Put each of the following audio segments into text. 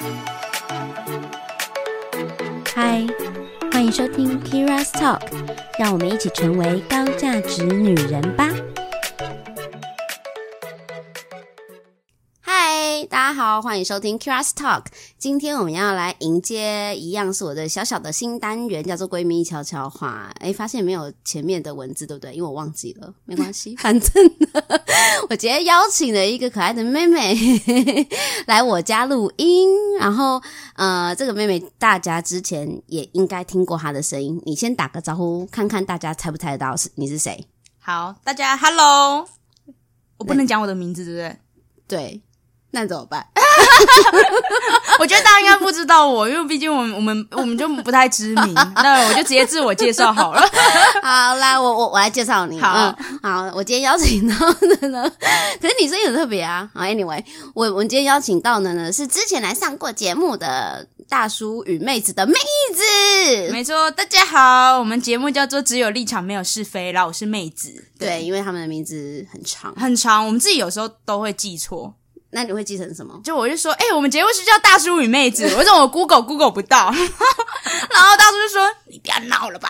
嗨，欢迎收听 Kira's Talk， 让我们一起成为高价值女人吧。嗨，大家好，欢迎收听 Kira's Talk。今天我们要来迎接一样是我的小小的新单元，叫做闺蜜悄悄话。发现没有前面的文字对不对？因为我忘记了，没关系，反正我今天邀请了一个可爱的妹妹来我家录音，然后这个妹妹大家之前也应该听过她的声音，你先打个招呼，看看大家猜不猜得到你是谁？ 好，大家 Hello， 我不能讲我的名字对不对？ 对，那怎么办？ 我觉得大家应该不知道我，因为毕竟我们就不太知名，那我就直接自我介绍好了。 好啦，我来介绍你。好，我今天邀请到的呢，可是你声音很特别啊。好 ，Anyway， 我今天邀请到的呢是之前来上过节目的大叔与妹子的妹子。 没错，大家好，我们节目叫做只有立场没有是非，然后我是妹子。 对，因为他们的名字很长， 很长，我们自己有时候都会记错。 那你会记成什么？ 就我就说我们节目是叫大叔与妹子，为什么我 Google 不到？然后大叔就说你不要闹了吧。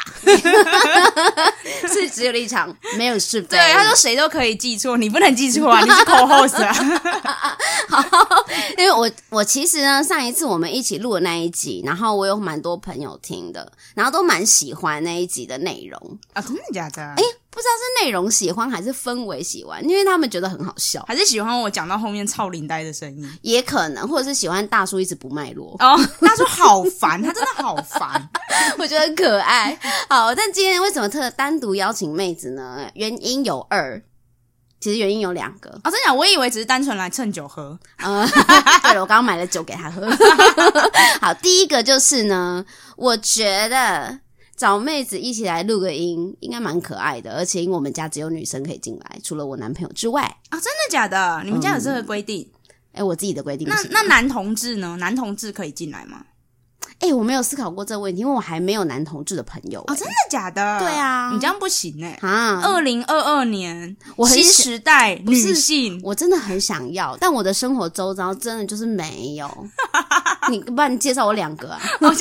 是只有立场没有是非。 对，他说谁都可以记错，你不能记错啊，你是 co-host 啊。 好，因为我其实呢上一次我们一起录的那一集，然后我有蛮多朋友听的，然后都蛮喜欢那一集的内容啊。真的假的？ 不知道是内容喜欢还是氛围喜欢，因为他们觉得很好笑， 还是喜欢我讲到后面超领带的声音， 也可能，或者是喜欢大叔一直不脉络。 大叔好烦，他真的好烦， 我觉得很可爱。好，但今天为什么单独邀请妹子呢？原因有2，其实原因有2个。 真的假的？我以为只是单纯来蹭酒喝。 对了，我刚刚买了酒给他喝。好，第一个就是呢，我觉得找妹子一起来录个音应该蛮可爱的，而且因为我们家只有女生可以进来，除了我男朋友之外。 真的假的？你们家有这个规定？ 我自己的规定不行。 那男同志呢？男同志可以进来吗？ 我没有思考过这个问题，因为我还没有男同志的朋友。 真的假的？ 对啊， 你这样不行2022年我很新时代女性， 我真的很想要，但我的生活周遭真的就是没有。你不然你介绍我2个啊？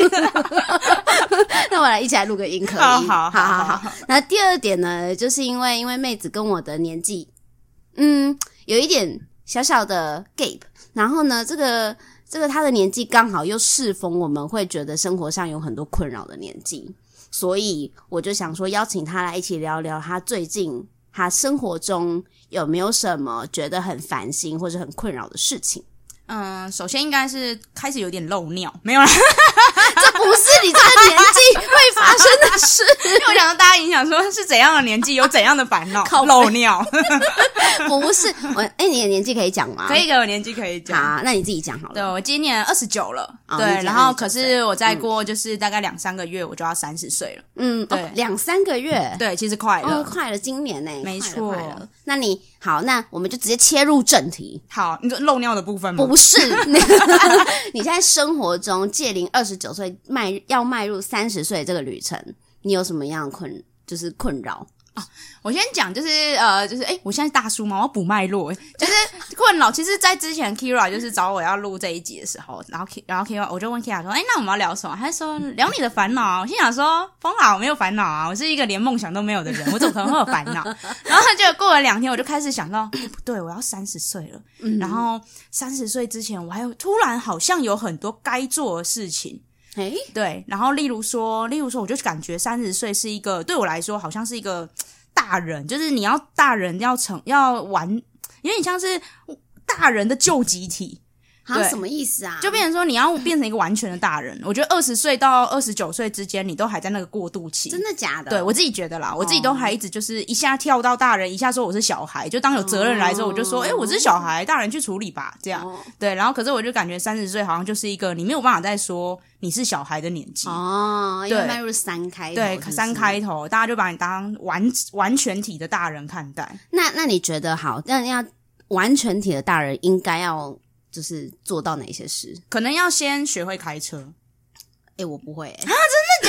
那我来一起来录个音可以？好。那第2点呢，就是因为妹子跟我的年纪有一点小小的 gap， 然后呢这个她的年纪刚好又适逢我们会觉得生活上有很多困扰的年纪，所以我就想说邀请她来一起聊聊她最近她生活中有没有什么觉得很烦心或者很困扰的事情。 首先应该是开始有点漏尿，没有啦。 这不是你这个年纪会发生的事。 因为我想到大家影响说是怎样的年纪有怎样的烦恼，漏尿。 不是你的年纪可以讲吗？ 可以，我年纪可以讲。 好，那你自己讲好了。 对，我今年29了。对，然后可是我再过就是大概2-3个月我就要30岁了。对 ，2-3个月。 对，其实快了。 快了，今年呢。 没错。 那你好，那我们就直接切入正题。 好，你说漏尿的部分吗？ 不是。你现在生活中届龄29岁要迈入30岁这个旅程，你有什么样的困扰？ 我先讲我现在大叔嘛，我要补脉络，就是困扰。其实在之前 Kira 就是找我要录这一集的时候，然后 Kira 我就问 Kira 说那我们要聊什么？他就说聊你的烦恼。我心想说疯啦，我没有烦恼啊，我是一个连梦想都没有的人，我怎么可能会有烦恼？然后就过了2天，我就开始想到不对，我要30岁了。然后30岁之前我还有突然好像有很多该做的事情。对，然后例如说我就感觉30岁是一个对我来说好像是一个大人，就是你要大人要玩，有点像是大人的救集体。 什么意思啊？ 就变成说你要变成一个完全的大人。我觉得20岁到29岁之间你都还在那个过渡期。 真的假的？ 对，我自己觉得啦，我自己都还一直就是一下跳到大人，一下说我是小孩，就当有责任来之后我就说我是小孩，大人去处理吧，这样。对，然后可是我就感觉30岁好像就是一个你没有办法再说你是小孩的年纪。 因为迈入3开头。 对，3开头大家就把你当完全体的大人看待。 那你觉得好，那要完全体的大人应该要就是做到哪些事？ 可能要先学会开车。 我不会。 真的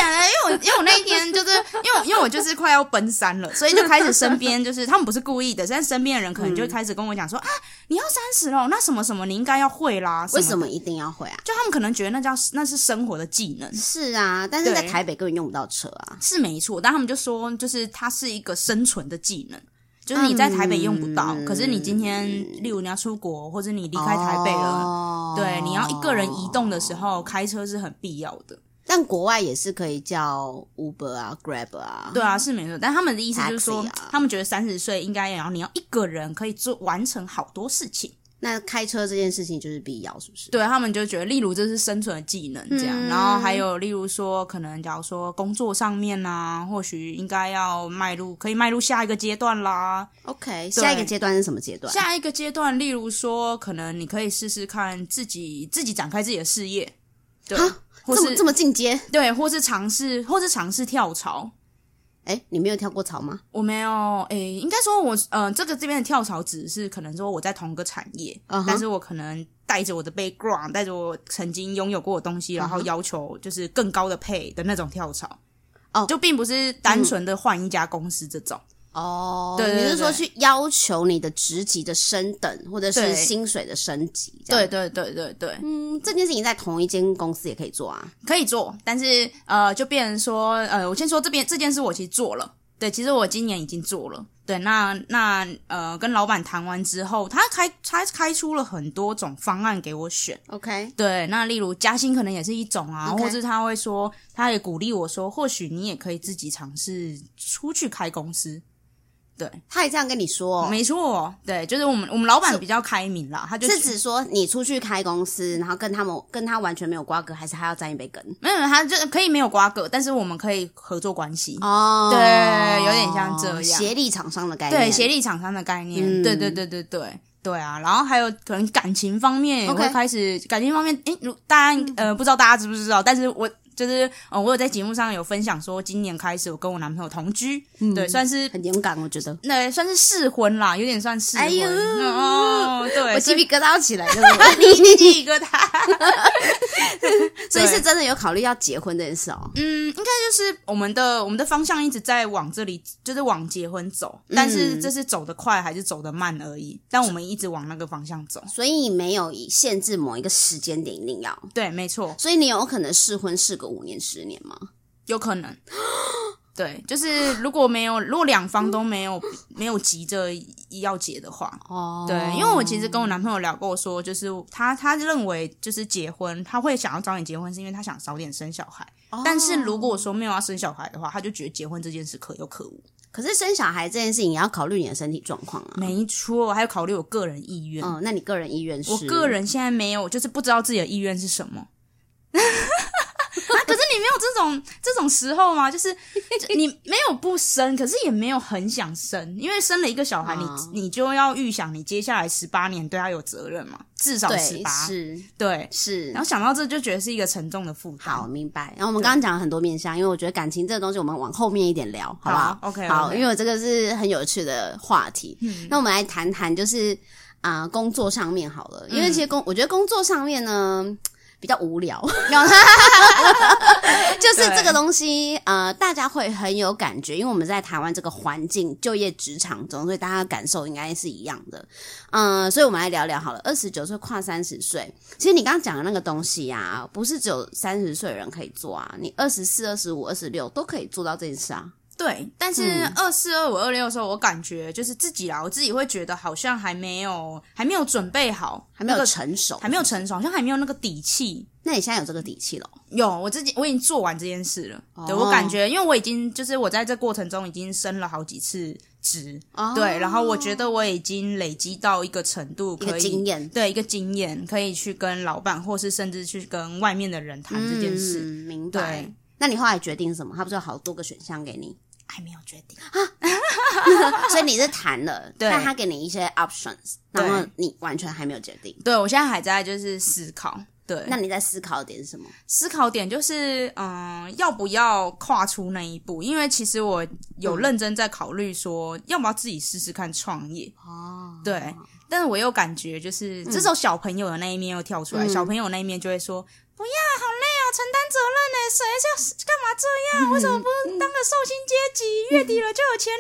然了，因为我那一天就是因为我就是快要奔三了，所以就开始身边就是他们不是故意的，但身边的人可能就开始跟我讲说、啊，你要30了，那什么什么你应该要会啦。 为什么一定要会啊？ 就他们可能觉得那是生活的技能。 是啊，但是在台北根本用不到车啊。 是没错，但他们就说就是它是一个生存的技能。就是你在台北用不到，可是你今天，例如你要出国，或者你离开台北了，对，你要一个人移动的时候，开车是很必要的。 但国外也是可以叫 Uber 啊 Grab 啊。 对啊，是没错。但他们的意思就是说，他们觉得30岁应该你要一个人可以完成好多事情。 那开车这件事情就是必要，是不是？ 对，他们就觉得，例如这是生存的技能这样，然后还有例如说，可能假如说工作上面啊，或许应该要可以迈入下一个阶段啦。 OK， 下一个阶段是什么阶段？ 下一个阶段，例如说，可能你可以试试看自己展开自己的事业，对，或是这么进阶， 对，或是尝试跳槽。 你没有跳过槽吗？ 我没有，应该说我这边的跳槽只是可能说我在同个产业，但是我可能带着我的 background， 带着我曾经拥有过的东西，然后要求就是更高的配的那种跳槽。就并不是单纯的换一家公司这种。对， 你是说去要求你的职级的升等，或者是薪水的升级？ 对。 这件事情在同一间公司也可以做啊， 可以做，但是就变成说，我先说这件事我其实做了，对，其实我今年已经做了，对，那跟老板谈完之后，他开出了很多种方案给我选 ，OK， 对，那例如加薪可能也是一种啊， 或是他会说，他也鼓励我说，或许你也可以自己尝试出去开公司。对， 他也这样跟你说没错，对，就是我们老板比较开明啦，他就是指说你出去开公司，然后跟他完全没有瓜葛，还是他要沾一杯羹？ 没有，他就可以没有瓜葛，但是我们可以合作关系对，有点像这样协力厂商的概念， 对，协力厂商的概念，对啊，然后还有可能感情方面也会开始，感情方面，大家不知道大家知不知道，但是我有在节目上有分享说，今年开始我跟我男朋友同居，对，算是很勇敢，我觉得， 对，算是试婚啦，有点算试婚。对， 我鸡皮疙瘩要起来了， 你鸡皮疙瘩。 所以是真的有考虑要结婚这件事哦。 应该就是我们的方向一直在往这里，就是往结婚走，但是这是走得快还是走得慢而已。但我们一直往那个方向走， 所以没有限制某一个时间点一定要。 对，没错。 所以你有可能试婚试个5年10年吗？ 有可能。对，就是如果两方都没有急着要结的话，对，因为我其实跟我男朋友聊过说，就是他认为就是结婚，他会想要早点结婚，是因为他想早点生小孩。但是如果说没有要生小孩的话，他就觉得结婚这件事可有可无。 可是生小孩这件事情也要考虑你的身体状况啊。 没错，还有考虑我个人意愿。 那你个人意愿是？ 我个人现在没有，就是不知道自己的意愿是什么。可是你没有这种时候吗？就是你没有不生，可是也没有很想生，因为生了一个小孩，你就要预想你接下来18年对他有责任嘛，至少18，对， 是。 然后想到这就觉得是一个沉重的负担。 好，明白。然后我们刚刚讲了很多面向，因为我觉得感情这个东西我们往后面一点聊，好不好 ？OK， 好，因为这个是很有趣的话题。那我们来谈谈就是工作上面好了，因为其实我觉得工作上面呢比较无聊，就是这个东西大家会很有感觉，因为我们在台湾这个环境就业职场中，所以大家的感受应该是一样的。所以我们来聊聊好了，29岁跨30岁，其实你刚刚讲的那个东西啊，不是只有30岁的人可以做啊，你24、25、26都可以做到这件事啊。 对，但是24、25、26的时候，我感觉就是自己啦，我自己会觉得好像还没有准备好， 还没有成熟， 好像还没有那个底气。 那你现在有这个底气了？ 有，我已经做完这件事了。对，我感觉，因为我已经就是我在这过程中已经升了好几次职，对，然后我觉得我已经累积到一个程度，可以一个经验，可以去跟老板，或是甚至去跟外面的人谈这件事。 明白。对，那你后来决定什么？他不是有好多个选项给你？ 还没有决定所以你是谈了， 对， 但他给你一些 options， 然后你完全还没有决定。 对，我现在还在就是思考。对， 那你在思考的点是什么？ 思考点就是要不要跨出那一步？因为其实我有认真在考虑说，要不要自己试试看创业。对，但是我又感觉就是这时候小朋友的那一面又跳出来，小朋友那一面就会说不要，好累哦， 承担责任呢，谁要干嘛这样？为什么不当个受薪阶级？月底了就有钱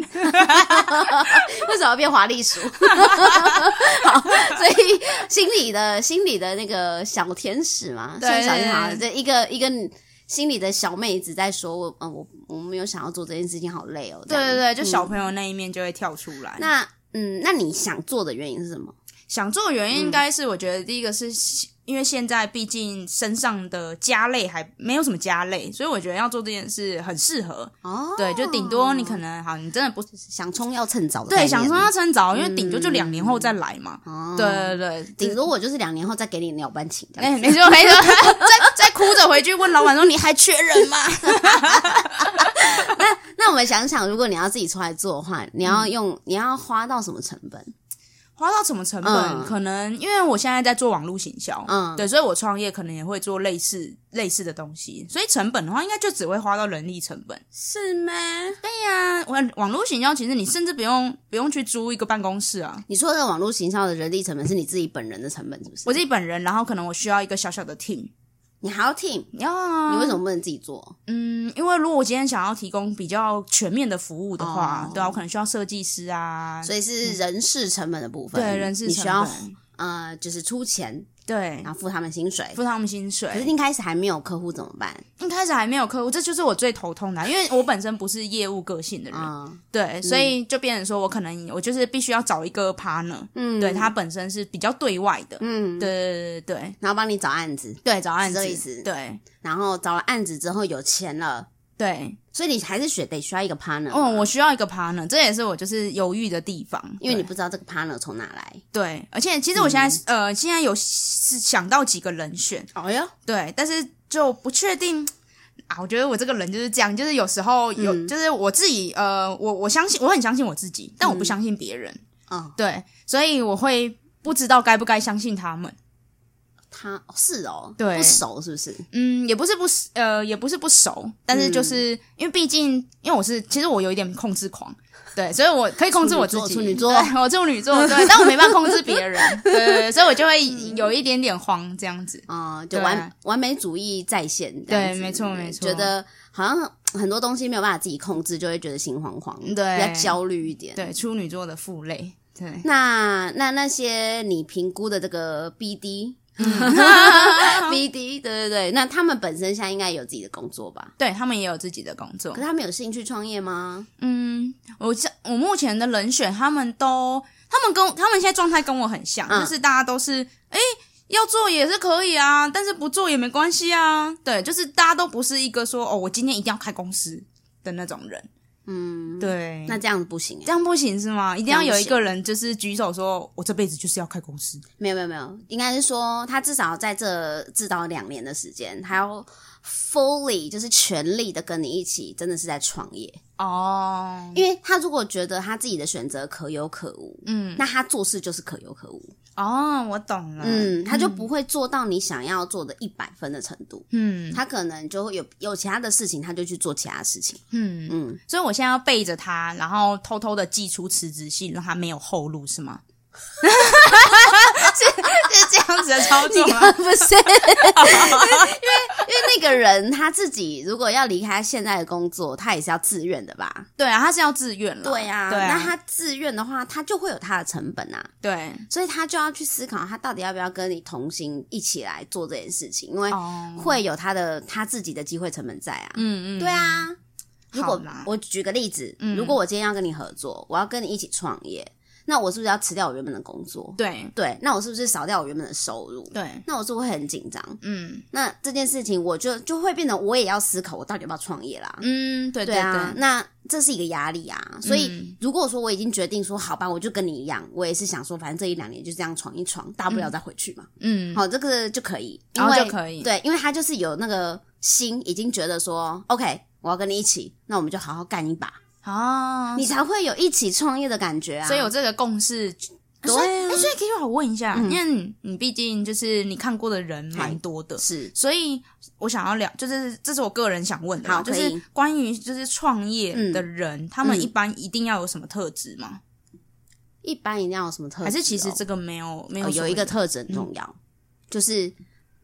领。 为什么要变华丽鼠？好，所以心里的那个小天使嘛， 对小天使，这一个心里的小妹子在说，我没有想要做这件事情，好累哦。 对对对，就小朋友那一面就会跳出来。 那你想做的原因是什么？ 想做的原因应该是，我觉得第一个是因为现在毕竟身上的家累还没有什么家累，所以我觉得要做这件事很适合。对，就顶多你可能好，你真的不想冲要趁早的概对， 念， 想冲要趁早，因为顶多就2年后再来嘛。对对对， 顶多我就是2年后再给你鸟班请。 没错没错，再哭着回去问老板说你还缺人吗？ 那我们想想，如果你要自己出来做的话，你要花到什么成本？ 花到什么成本？可能因为我现在在做网络行销，对，所以我创业可能也会做类似的东西，所以成本的话，应该就只会花到人力成本， 是吗？ 对呀，网络行销其实你甚至不用去租一个办公室啊。 你说的网络行销的人力成本是你自己本人的成本，是不是？ 我自己本人，然后可能我需要一个小小的 team。 你还要 team？你为什么不能自己做？ 因为如果我今天想要提供比较全面的服务的话，对啊，我可能需要设计师啊， 所以是人事成本的部分。 对，人事成本， 你需要就是出钱， 对， 然后付他们薪水。可是一开始还没有客户怎么办？ 一开始还没有客户，这就是我最头痛的，因为我本身不是业务个性的人，对，所以就变成说我就是必须要找一个 partner，对，他本身是比较对外的，对， 然后帮你找案子， 对，找案子， 这意思， 对， 然后找了案子之后有钱了。 对， 所以你还是需要一个 partner。 我需要一个 partner， 这也是我就是犹豫的地方， 因为你不知道这个 partner 从哪来。 对，而且其实我现在现在有想到几个人选，对，但是就不确定啊。我觉得我这个人就是这样，就是有时候就是我自己我相信，我很相信我自己，但我不相信别人。对，所以我会不知道该不该相信他们。对， 不熟是不是？ 也不是不熟，但是就是因为毕竟因为其实我有一点控制狂，对，所以我可以控制我自己。 处女座， 我处女座，对，但我没办法控制别人，对，所以我就会有一点点慌这样子就完美主义在线， 对，没错没错， 觉得好像很多东西没有办法自己控制，就会觉得心慌慌， 对， 比较焦虑一点， 对，处女座的负累，对。 那些你评估的这个 BD。BD 对，那他们本身现在应该有自己的工作吧？ 对，他们也有自己的工作， 可是他们有兴趣创业吗？ 我目前的人选，他们现在状态跟我很像，就是大家都是要做也是可以啊，但是不做也没关系啊。对，就是大家都不是一个说我今天一定要开公司的那种人。对， 那这样子不行这样不行是吗？一定要有一个人就是举手说，我这辈子就是要开公司。 没有，应该是说他至少在这至少2年的时间，他要 fully 就是全力的跟你一起，真的是在创业。因为他如果觉得他自己的选择可有可无，那他做事就是可有可无。 我懂了。 他就不会做到你想要做的100分的程度。他可能就会有其他的事情，他就去做其他事情。 所以我现在要背着他，然后偷偷的寄出辞职信，让他没有后路，是吗？是这样子的操作吗？ 不是，因为那个人他自己如果要离开现在的工作，他也是要自愿的吧？ 对啊，他是要自愿了。 对啊，那他自愿的话，他就会有他的成本啊。 对， 所以他就要去思考，他到底要不要跟你同行一起来做这件事情，因为会有他自己的机会成本在啊。对啊。如果我举个例子，如果我今天要跟你合作，我要跟你一起创业。那我是不是要辞掉我原本的工作？ 对， 那我是不是少掉我原本的收入？ 对， 那我是不是会很紧张？那这件事情我就会变得我也要思考，我到底要不要创业啦？对啊，那这是一个压力啊。所以如果说我已经决定说，好吧，我就跟你一样，我也是想说，反正这1-2年就这样闯一闯，大不了再回去嘛。好，这个就可以， 然后就可以， 对，因为他就是有那个心，已经觉得说 ，OK， 我要跟你一起，那我们就好好干一把。你才会有一起创业的感觉啊！ 所以有这个共识。对啊，所以可以我问一下，因为你毕竟就是你看过的人蛮多的， 是， 所以我想要聊，就是这是我个人想问的， 好， 就是关于就是创业的人，他们一般一定要有什么特质吗？ 一般一定要有什么特质？ 还是其实这个没有有一个特质很重要，就是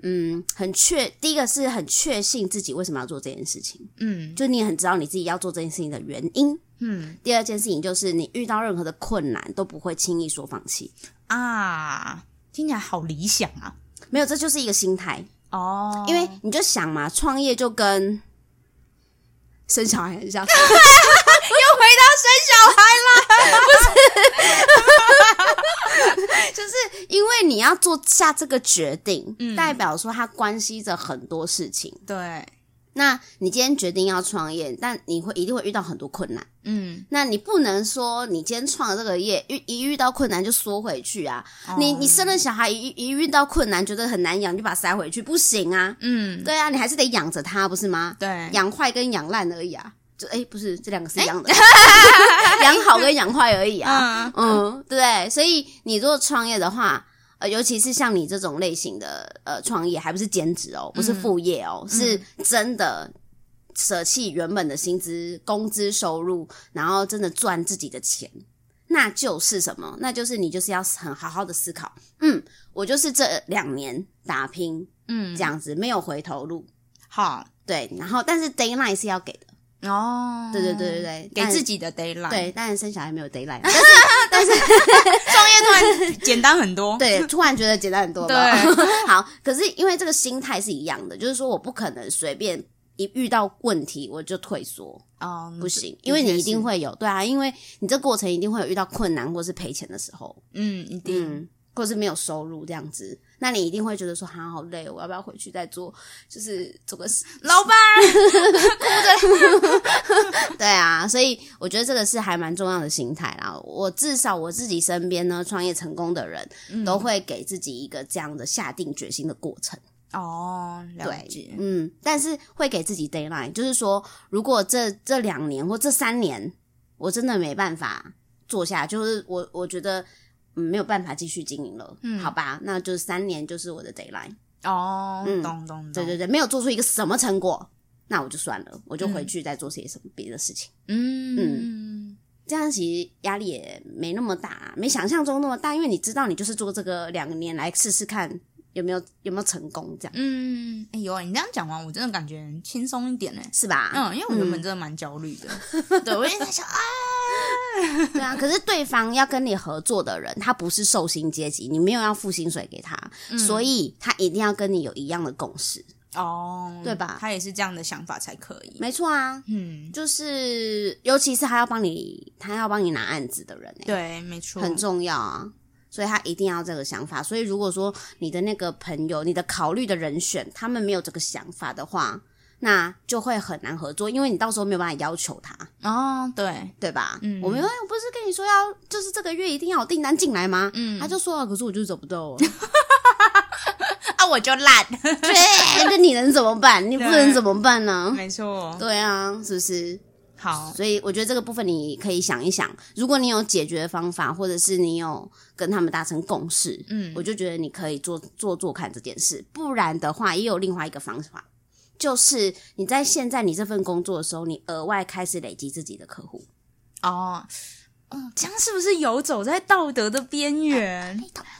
第一个是很确信自己为什么要做这件事情，就你很知道你自己要做这件事情的原因。第二件事情就是你遇到任何的困难都不会轻易说放弃啊，听起来好理想啊。 没有，这就是一个心态哦， 因为你就想嘛，创业就跟生小孩很像。又回到生小孩啦， 不是，就是因为你要做下这个决定，代表说它关系着很多事情。 对， 那你今天决定要创业，但你一定会遇到很多困难。那你不能说你今天创了这个业，一遇到困难就缩回去啊。你生了小孩，一遇到困难觉得很难养，就把它塞回去，不行啊。对啊，你还是得养着它，不是吗？ 对， 养坏跟养烂而已啊。不是，这两个是一样的，养好跟养坏而已啊。对不对？所以你如果创业的话，尤其是像你这种类型的创业，还不是兼职哦，不是副业哦，是真的舍弃原本的薪资、工资收入，然后真的赚自己的钱。那就是什么？那就是你就是要很好好的思考。我就是这2年打拼，这样子没有回头路。 好， 对，然后但是 deadline 是要给的。对， 给自己的 deadline。 对，当然生小孩没有 deadline， 但是创业突然简单很多。 对，突然觉得简单很多。 对， 好，可是因为这个心态是一样的，就是说我不可能随便一遇到问题我就退缩。不行，因为你一定会有，对啊，因为你这过程一定会有遇到困难或是赔钱的时候。 一定。 或是没有收入这样子，那你一定会觉得说好累，我要不要回去再做，就是做个老板哭着对啊，所以我觉得这个是还蛮重要的心态啦。我至少我自己身边呢，创业成功的人都会给自己一个这样的下定决心的过程。 了解。 但是会给自己 deadline， 就是说如果这2年或这3年我真的没办法做下，就是我觉得没有办法继续经营了，好吧，那就是3年就是我的 deadline。 懂。 对，没有做出一个什么成果，那我就算了，我就回去再做些什么别的事情。这样其实压力也没那么大，没想象中那么大，因为你知道你就是做这个2年来试试看有没有成功这样。 有你这样讲完我真的感觉轻松一点是吧？ 因为我原本真的蛮焦虑的。对，我也在想对啊，可是对方要跟你合作的人他不是受薪阶级，你没有要付薪水给他，所以他一定要跟你有一样的共识。对吧？ 他也是这样的想法才可以。 没错啊。就是尤其是他要帮你拿案子的人。 对，没错， 很重要啊，所以他一定要这个想法。所以如果说你的那个朋友，你的考虑的人选他们没有这个想法的话，那就会很难合作，因为你到时候没有办法要求他。对吧？我不是跟你说要就是这个月一定要有订单进来吗？他就说可是我就是找不到我就烂。 对，那你能怎么办？你不能怎么办呢？ 没错。 对啊，是不是？ 好， 所以我觉得这个部分你可以想一想，如果你有解决方法，或者是你有跟他们达成共识，我就觉得你可以做看这件事。不然的话，也有另外一个方法，就是你在现在你这份工作的时候，你额外开始累积自己的客户。 这样是不是游走在道德的边缘？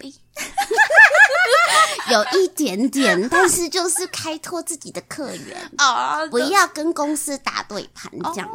有一点点，但是就是开拓自己的客源不要跟公司打对盘这样。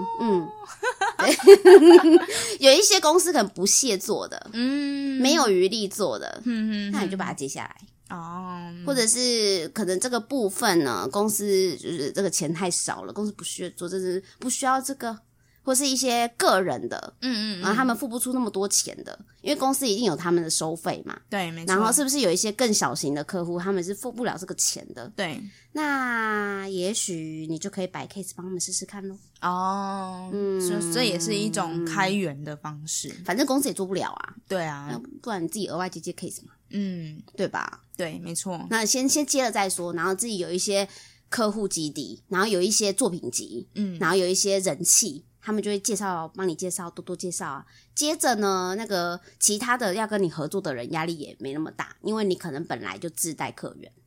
有一些公司可能不屑做的，没有余力做的，那你就把它接下来。或者是可能这个部分呢，公司就是这个钱太少了，公司不需要做，就是不需要这个。或是一些个人的，然后他们付不出那么多钱的，因为公司一定有他们的收费嘛。 对，没错。 然后是不是有一些更小型的客户，他们是付不了这个钱的？ 对。 那也许你就可以摆 case 帮他们试试看咯。 这也是一种开源的方式。 反正公司也做不了啊。 对啊， 不然你自己额外接 case 嘛。对吧？ 对，没错。 那先接了再说，然后自己有一些客户基底，然后有一些作品集，然后有一些人气。他们就会帮你介绍，多介绍啊。接着呢，那个其他的要跟你合作的人压力也没那么大，因为你可能本来就自带客源。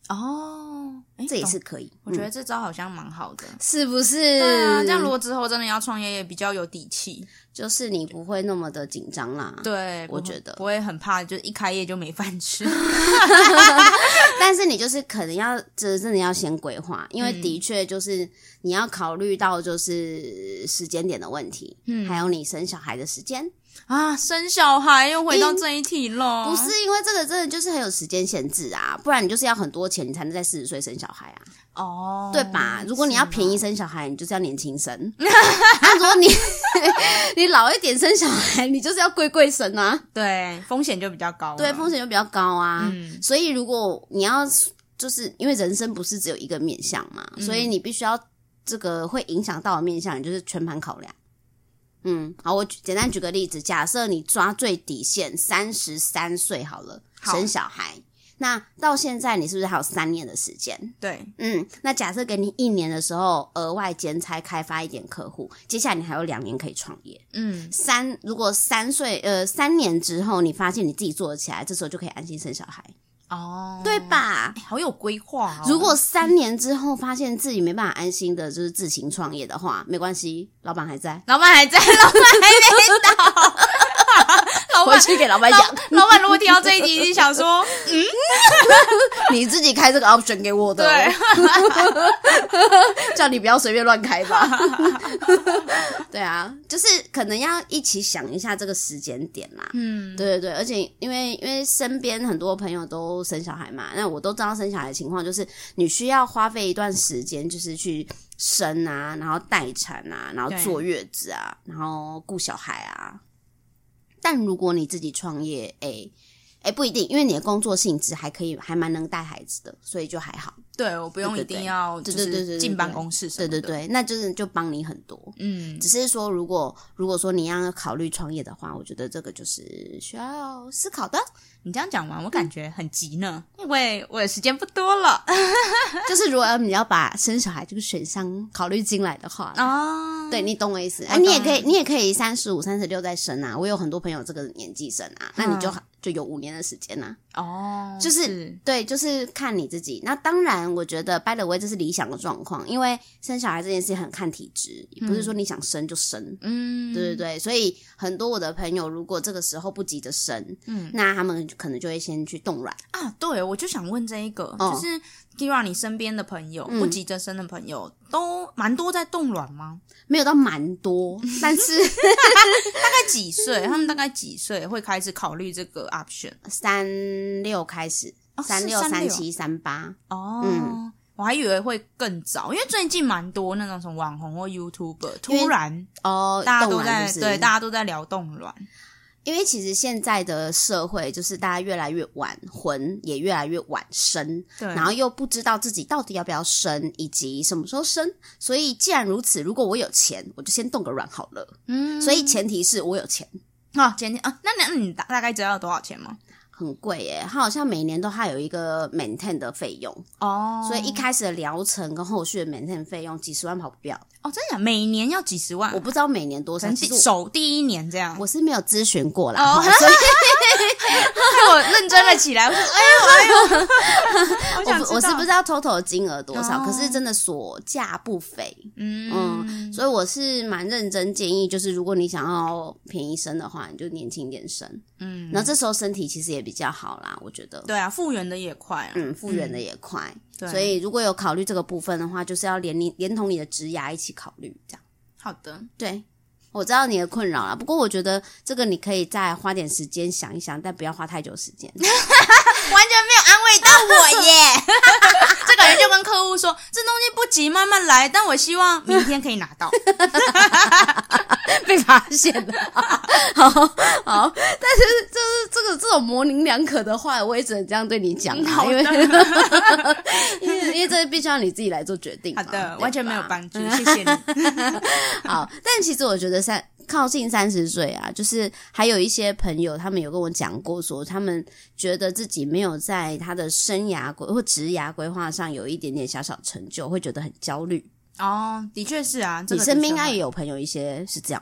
哦， 这也是可以。 我觉得这招好像蛮好的， 是不是？ 对啊，这样如果之后真的要创业，也比较有底气， 就是你不会那么的紧张啦。 对， 我觉得不会很怕，就是一开业就没饭吃。 但是你就是可能要真的要先规划，因为的确就是你要考虑到就是时间点的问题，还有你生小孩的时间啊，生小孩又回到这一题了。 不是因为这个真的就是很有时间限制啊，不然你就是要很多钱，你才能在40岁生小孩啊。 哦， 对吧？如果你要便宜生小孩，你就是要年轻生；啊，如果你老一点生小孩，你就是要贵生啊。 对，风险就比较高了。 对，风险就比较高啊。所以如果你要，就是因为人生不是只有一个面向嘛，所以你必须要这个会影响到的面向，你就是全盘考量。好，我简单举个例子，假设你抓最底线33岁好了，生小孩。那到现在你是不是还有3年的时间？ 对， 那假设给你1年的时候额外兼差开发一点客户，接下来你还有2年可以创业。如果3年之后你发现你自己做得起来，这时候就可以安心生小孩。 哦， 对吧？ 好有规划哦。 如果3年之后发现自己没办法安心的就是自行创业的话，没关系，老板还在， 老板还没倒。 回去给老板讲。 老板如果听到这一集，你想说， 你自己开这个 option 给我的，对，叫你不要随便乱开吧。对啊，就是可能要一起想一下这个时间点啦。对对对，而且因为身边很多朋友都生小孩嘛，那我都知道生小孩的情况，就是你需要花费一段时间，就是去生啊，然后待产啊，然后坐月子啊，然后顾小孩啊。但如果你自己创业，不一定，因为你的工作性质还蛮能带孩子的，所以就还好。 对，我不用一定要就是进办公室什么的。 对，那就帮你很多。只是说如果说你要考虑创业的话，我觉得这个就是需要思考的。 你这样讲完，我感觉很急呢，因为我的时间不多了。 就是如果你要把生小孩这个选项考虑进来的话，对，你懂我意思。你也可以35、36再生啊。我有很多朋友这个年纪生啊，那你就有5年的时间啊。就是对，就是看你自己。那当然，我觉得 by the way 这是理想的状况，因为生小孩这件事很看体质，也不是说你想生就生。对对对，所以很多我的朋友如果这个时候不急着生，那他们可能就会先去冻卵啊。对，我就想问这一个，就是 Kira 你身边的朋友，不急着生的朋友，都蛮多在冻卵吗？ 没有到蛮多，但是大概几岁？他们大概几岁会开始考虑这个 option？ 36开始，36、37、38。 我还以为会更早，因为最近蛮多那种什么网红或 YouTuber 突然大家都在对大家都在聊冻卵。 因为其实现在的社会就是大家越来越晚婚，也越来越晚生，然后又不知道自己到底要不要生，以及什么时候生。所以既然如此，如果我有钱，我就先冻个卵好了。所以前提是我有钱那你大概知道多少钱吗？ 很贵耶，它好像每年都还有一个 maintain 的费用所以一开始的疗程跟后续的 maintain 费用几十万跑不掉。 真的每年要几十万？ 我不知道每年多少， 第一年这样， 我是没有咨询过啦。所以我认真了起来，我说我是不知道 total 的金额多少，可是真的所价不菲。所以我是蛮认真建议，就是如果你想要便宜生的话，你就年轻点生。然后这时候身体其实也比较好啦，我觉得。 对啊，复原的也快复原的也快。所以如果有考虑这个部分的话，就是要连同你的职涯一起考虑，这样。 好的， 对，我知道你的困扰啦，不过我觉得这个你可以再花点时间想一想，但不要花太久时间。 完全没有安慰到我耶。这感觉就跟客户说，这东西不急，慢慢来，但我希望明天可以拿到。 被发现了。好，但是就是这种模棱两可的话，我也只能这样对你讲啊，因为这必须要你自己来做决定。 好的，完全没有帮助，谢谢你。 好，但其实我觉得靠近30岁啊，就是还有一些朋友，他们有跟我讲过说，他们觉得自己没有在他的生涯或职涯规划上有一点点小小成就，会觉得很焦虑。 的确是啊， 你身边应该也有朋友一些是这样吧？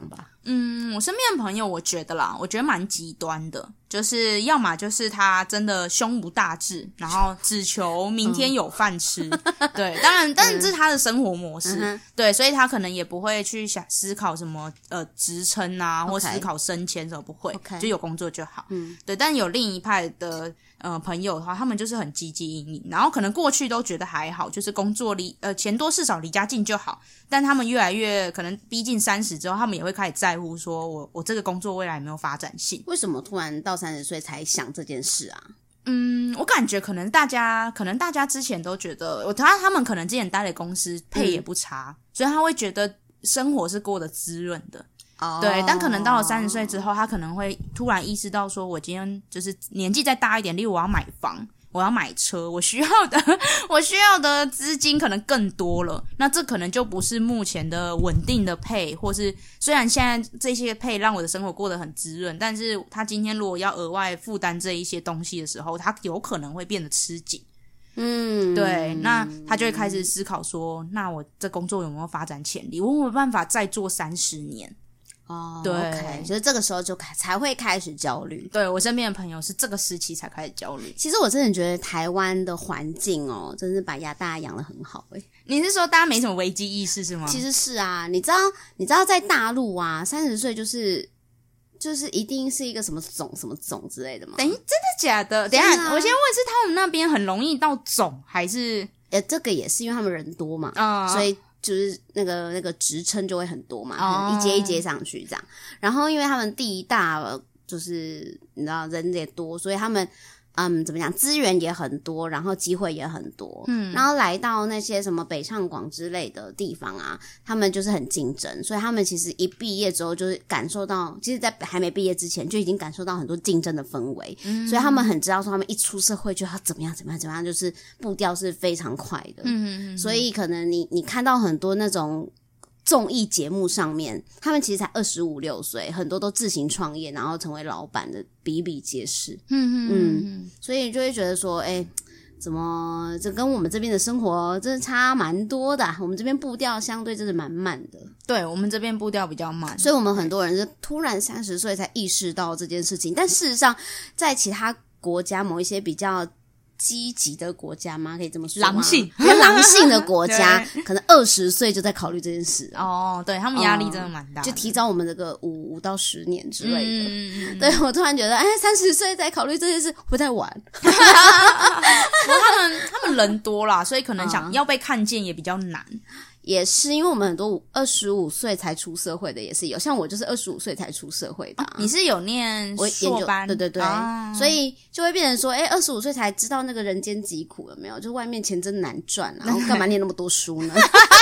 我身边的朋友我觉得蛮极端的，就是要么就是他真的胸无大志，然后只求明天有饭吃，对，当然这是他的生活模式，对，所以他可能也不会去想思考什么职称啊，或思考升迁什么，不会，就有工作就好，对。但有另一派的朋友的话，他们就是很积极营营，然后可能过去都觉得还好，就是工作钱多事少离家近就好，但他们越来越可能逼近30之后，他们也会开始在乎说我这个工作未来有没有发展性。 为什么突然到30岁才想这件事啊？ 我感觉可能大家之前都觉得他们可能之前待的公司配也不差，所以他会觉得生活是过得滋润的。对，但可能到了30岁之后，他可能会突然意识到说，我今天就是年纪再大一点，例如我要买房，我要买车，我需要的资金可能更多了。那这可能就不是目前的稳定的配，或是虽然现在这些配让我的生活过得很滋润，但是他今天如果要额外负担这一些东西的时候，他有可能会变得吃紧。对，那他就会开始思考说，那我这工作有没有发展潜力？我有没有办法再做30年？对， OK， 就是这个时候就才会开始焦虑。 对，我身边的朋友是这个时期才开始焦虑。 其实我真的觉得台湾的环境真是把大家养得很好你是说大家没什么危机意识是吗？ 其实是啊，你知道在大陆啊，30岁就是一定是一个什么总之类的吗？ 等一，真的假的？等一下，我先问是他们那边很容易到总，还是这个也是因为他们人多嘛，所以就是那个职称就会很多嘛，一阶一阶上去这样。然后因为他们地大，就是你知道人也多，所以他们怎么讲，资源也很多，然后机会也很多。然后来到那些什么北上广之类的地方啊，他们就是很竞争，所以他们其实一毕业之后就是感受到，其实在还没毕业之前就已经感受到很多竞争的氛围，所以他们很知道说他们一出社会就要怎么样，就是步调是非常快的。所以可能你看到很多那种综艺节目上面，他们其实才25、26岁，很多都自行创业，然后成为老板的比比皆是。所以就会觉得说，怎么这跟我们这边的生活真的差蛮多的我们这边步调相对真的蛮慢的。 对，我们这边步调比较慢， 所以我们很多人是突然30岁才意识到这件事情。但事实上，在其他国家某一些比较积极的国家吗？可以这么说吗？狼性的国家，可能20岁就在考虑这件事。 对，他们压力真的蛮大的， 就提早我们这个5到10年之类的。对，我突然觉得，30岁在考虑这件事不太晚。 他们人多啦，所以可能想要被看见也比较难。 也是因为我们很多25岁才出社会的也是有，像我就是25岁才出社会的你是有念硕班？ 对、所以就会变成说25岁才知道那个人间疾苦，有没有？就外面钱真难赚然后干嘛念那么多书呢？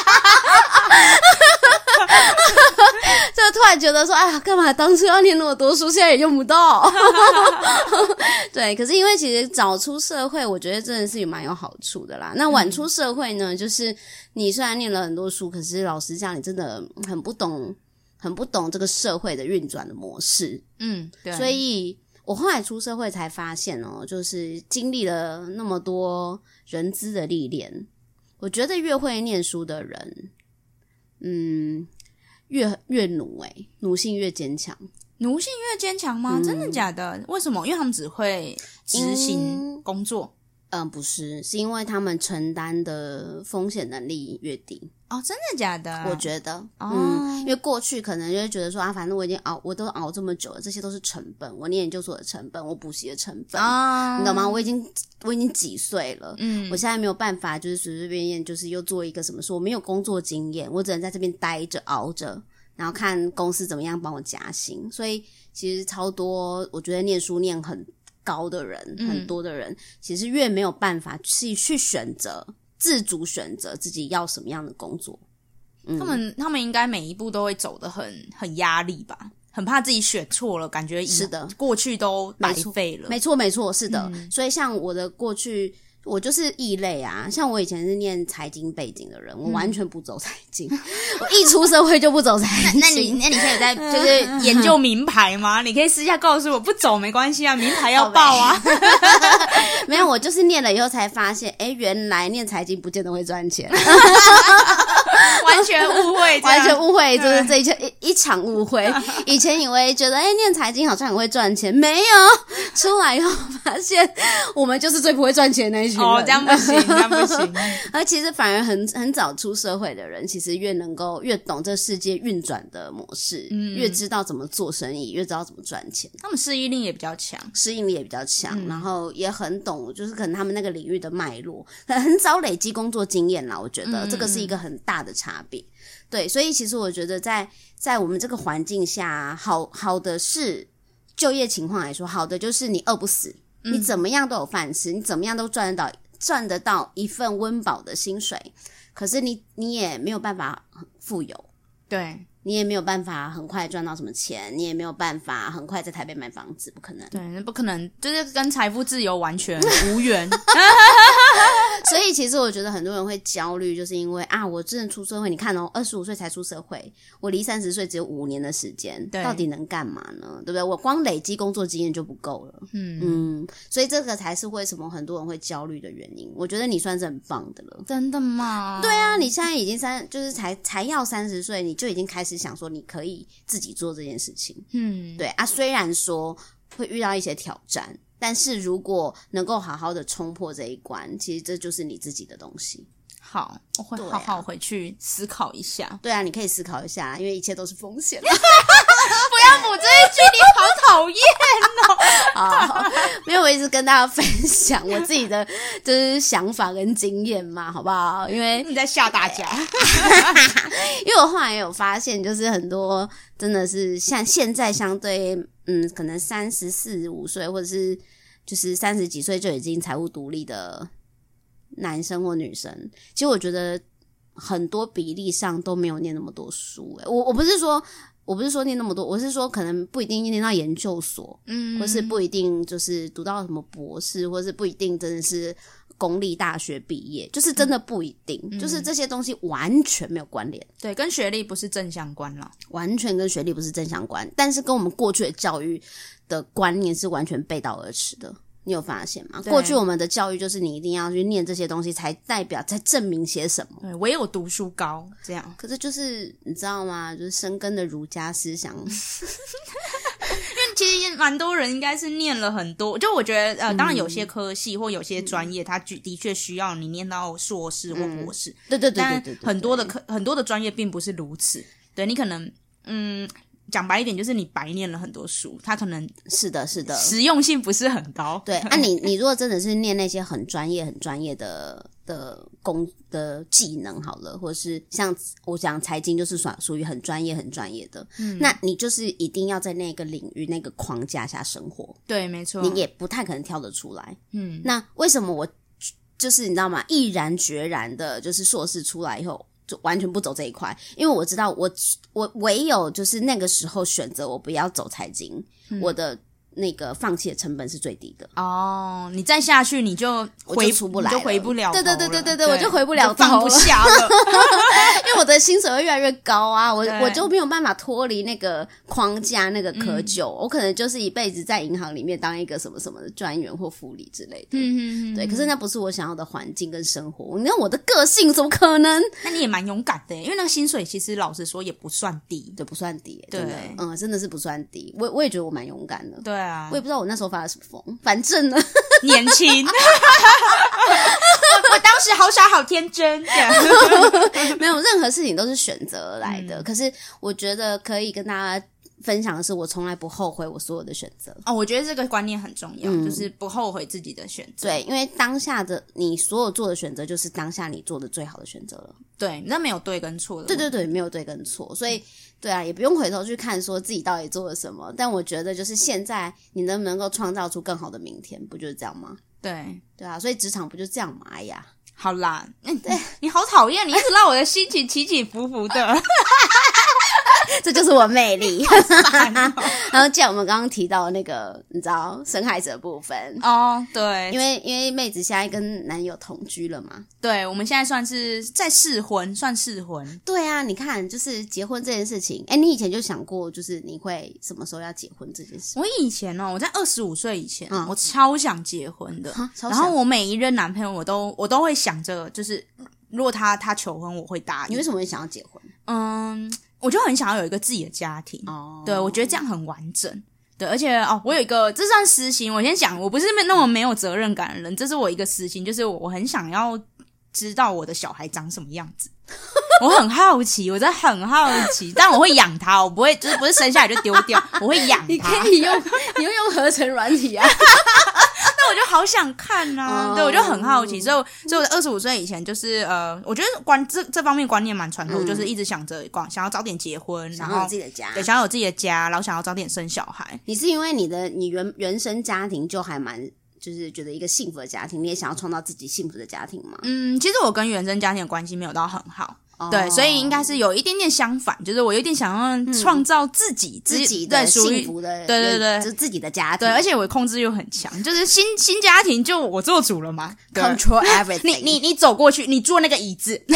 就突然觉得说，干嘛当初要念那么多书，现在也用不到。对，可是因为其实早出社会，我觉得真的是蛮有好处的啦。那晚出社会呢，就是你虽然念了很多书，可是老实讲，你真的很不懂这个社会的运转的模式。对。所以我后来出社会才发现就是经历了那么多人资的历练，我觉得越会念书的人，越奴性越坚强。 奴性越坚强吗？真的假的？为什么？因为他们只会执行工作。 不是，是因为他们承担的风险能力越低。 真的假的？ 我觉得因为过去可能就会觉得说反正我都熬这么久了，这些都是成本，我念研究所的成本，我补习的成本你懂吗？我已经几岁了我现在没有办法就是随随便便就是又做一个什么说我没有工作经验，我只能在这边待着熬着，然后看公司怎么样帮我加薪。所以其实超多我觉得念书念很高的人很多的人其实越没有办法去选择自主选择自己要什么样的工作。 他们应该每一步都会走得很压力吧，很怕自己选错了，感觉是的， 过去都白费了。 没错，是的。所以像我的过去，我就是异类啊。像我以前是念财经背景的人，我完全不走财经，我一出社会就不走财经。 那你可以在就是研究名牌吗？你可以私下告诉我，不走没关系啊，名牌要报啊。 没有，我就是念了以后才发现，原来念财经不见得会赚钱。 完完全误会， 完全误会，就是这一场误会。以前以为觉得念财经好像很会赚钱，没有，出来以后发现我们就是最不会赚钱的那一群人。 这样不行，这样不行。 而其实反而很早出社会的人，其实越懂这世界运转的模式，越知道怎么做生意，越知道怎么赚钱。 他们适应力也比较强， 然后也很懂，就是可能他们那个领域的脉络，很早累积工作经验啦。我觉得这个是一个很大的差别。对，所以其实我觉得在我们这个环境下，好的是就业情况来说，好的就是你饿不死，你怎么样都有饭吃，你怎么样都赚得到一份温饱的薪水。可是你也没有办法富有， 对， 你也没有办法很快赚到什么钱，你也没有办法很快在台北买房子，不可能。 对，不可能，就是跟财富自由完全无缘。 所以其实我觉得很多人会焦虑，就是因为我真的出社会，你看25岁才出社会，我离30岁只有5年的时间，到底能干嘛呢？对不对？我光累积工作经验就不够了。所以这个才是为什么很多人会焦虑的原因。我觉得你算是很棒的了。 真的吗？ 对啊，你现在已经就是才要30岁，你就已经开始想说你可以自己做这件事情。对啊，虽然说会遇到一些挑战，但是如果能够好好的冲破这一关，其实这就是你自己的东西。 好，我会好好回去思考一下。 对啊，你可以思考一下，因为一切都是风险。 不要补这一句，你好讨厌哦。没有，我一直跟大家分享我自己的就是想法跟经验嘛，好不好？因为你在吓大家。 因为我后来有发现，就是很多真的是像现在相对可能34、5岁，或者是就是30几岁就已经财务独立的男生或女生，其实我觉得很多比例上都没有念那么多书。我不是说念那么多，我是说可能不一定念到研究所，或是不一定就是读到什么博士，或是不一定真的是公立大学毕业，就是真的不一定，就是这些东西完全没有关联。 对，跟学历不是正相关啦， 完全跟学历不是正相关，但是跟我们过去的教育的观念是完全背道而驰的。你有发现吗？过去我们的教育就是你一定要去念这些东西才证明些什么。 对，唯有读书高这样。 可是就是你知道吗？就是深耕的儒家思想。因为其实蛮多人应该是念了很多，就我觉得当然有些科系或有些专业，它的确需要你念到硕士或博士。 对， 但很多的专业并不是如此。对，你可能讲白一点，就是你白念了很多书，它可能是的实用性不是很高。 对，你如果真的是念那些很专业的技能好了，或者是像我讲财经就是属于很专业的，那你就是一定要在那个领域那个框架下生活。 对，没错， 你也不太可能跳得出来。那为什么我就是你知道吗？毅然决然的，就是硕士出来以后就完全不走这一块，因为我知道我唯有就是那个时候选择我不要走财经，我的那个放弃的成本是最低的。 哦，你再下去你就出不来了， 你就回不了头了。 对，我就回不了头了， 放不下了。 因为我的薪水会越来越高啊，我就没有办法脱离那个框架那个窠臼，我可能就是一辈子在银行里面当一个什么什么的专员或副理之类的。对，可是那不是我想要的环境跟生活。你看我的个性怎么可能？ 那你也蛮勇敢的耶，因为那个薪水其实老实说也不算低。 对，不算低耶， 对， 真的真的是不算低。我也觉得我蛮勇敢的。 对啊， 我也不知道我那时候发了什么疯，反正呢年轻。我当时好傻好天真。 没有，任何事情都是选择而来的。可是我觉得可以跟大家分享的是，我从来不后悔我所有的选择。 我觉得这个观念很重要，就是不后悔自己的选择。 对，因为当下的你所有做的选择，就是当下你做的最好的选择了。 对，那没有对跟错的。 对，没有对跟错，所以对啊，也不用回头去看说自己到底做了什么。但我觉得就是现在你能不能够创造出更好的明天，不就是这样吗？对啊，所以职场不就这样吗？哎呀， 好啦，对，你好讨厌，你一直让我的心情起起伏伏的。 这就是我魅力。然后既然我们刚刚提到那个你知道生孩子的部分对， 因为妹子现在跟男友同居了嘛。 对，我们现在算是在试婚。 对啊，你看就是结婚这件事情，你以前就想过就是你会什么时候要结婚这件事？ 我以前我在25岁以前，我超想结婚的。 然后我每一任男朋友我都会想着就是如果他求婚，我会答应。 你为什么会想要结婚？ 我就很想要有一个自己的家庭。对，我觉得这样很完整。对，而且我有一个，这算私心。我先讲，我不是那么没有责任感的人，这是我一个私心，就是我很想要知道我的小孩长什么样子。我很好奇，我真的很好奇，但我会养他，我不会就是不是生下来就丢掉，我会养他。 你可以用合成软体啊。 那我就好想看啊，对，我就很好奇，所以我的25岁以前就是我觉得这方面观念蛮传统，就是一直想要早点结婚，然后想要有自己的家， 对，想要有自己的家，然后想要早点生小孩。 你是因为你原生家庭就还蛮就是觉得一个幸福的家庭，你也想要创造自己幸福的家庭吗？ 其实我跟原生家庭的关系没有到很好。对，所以应该是有一点点相反，就是我有点想要创造自己的幸福的， 对， 就是自己的家庭。 对，而且我控制欲很强，就是新家庭就我做主了嘛 ，control everything。 你走过去，你坐那个椅子。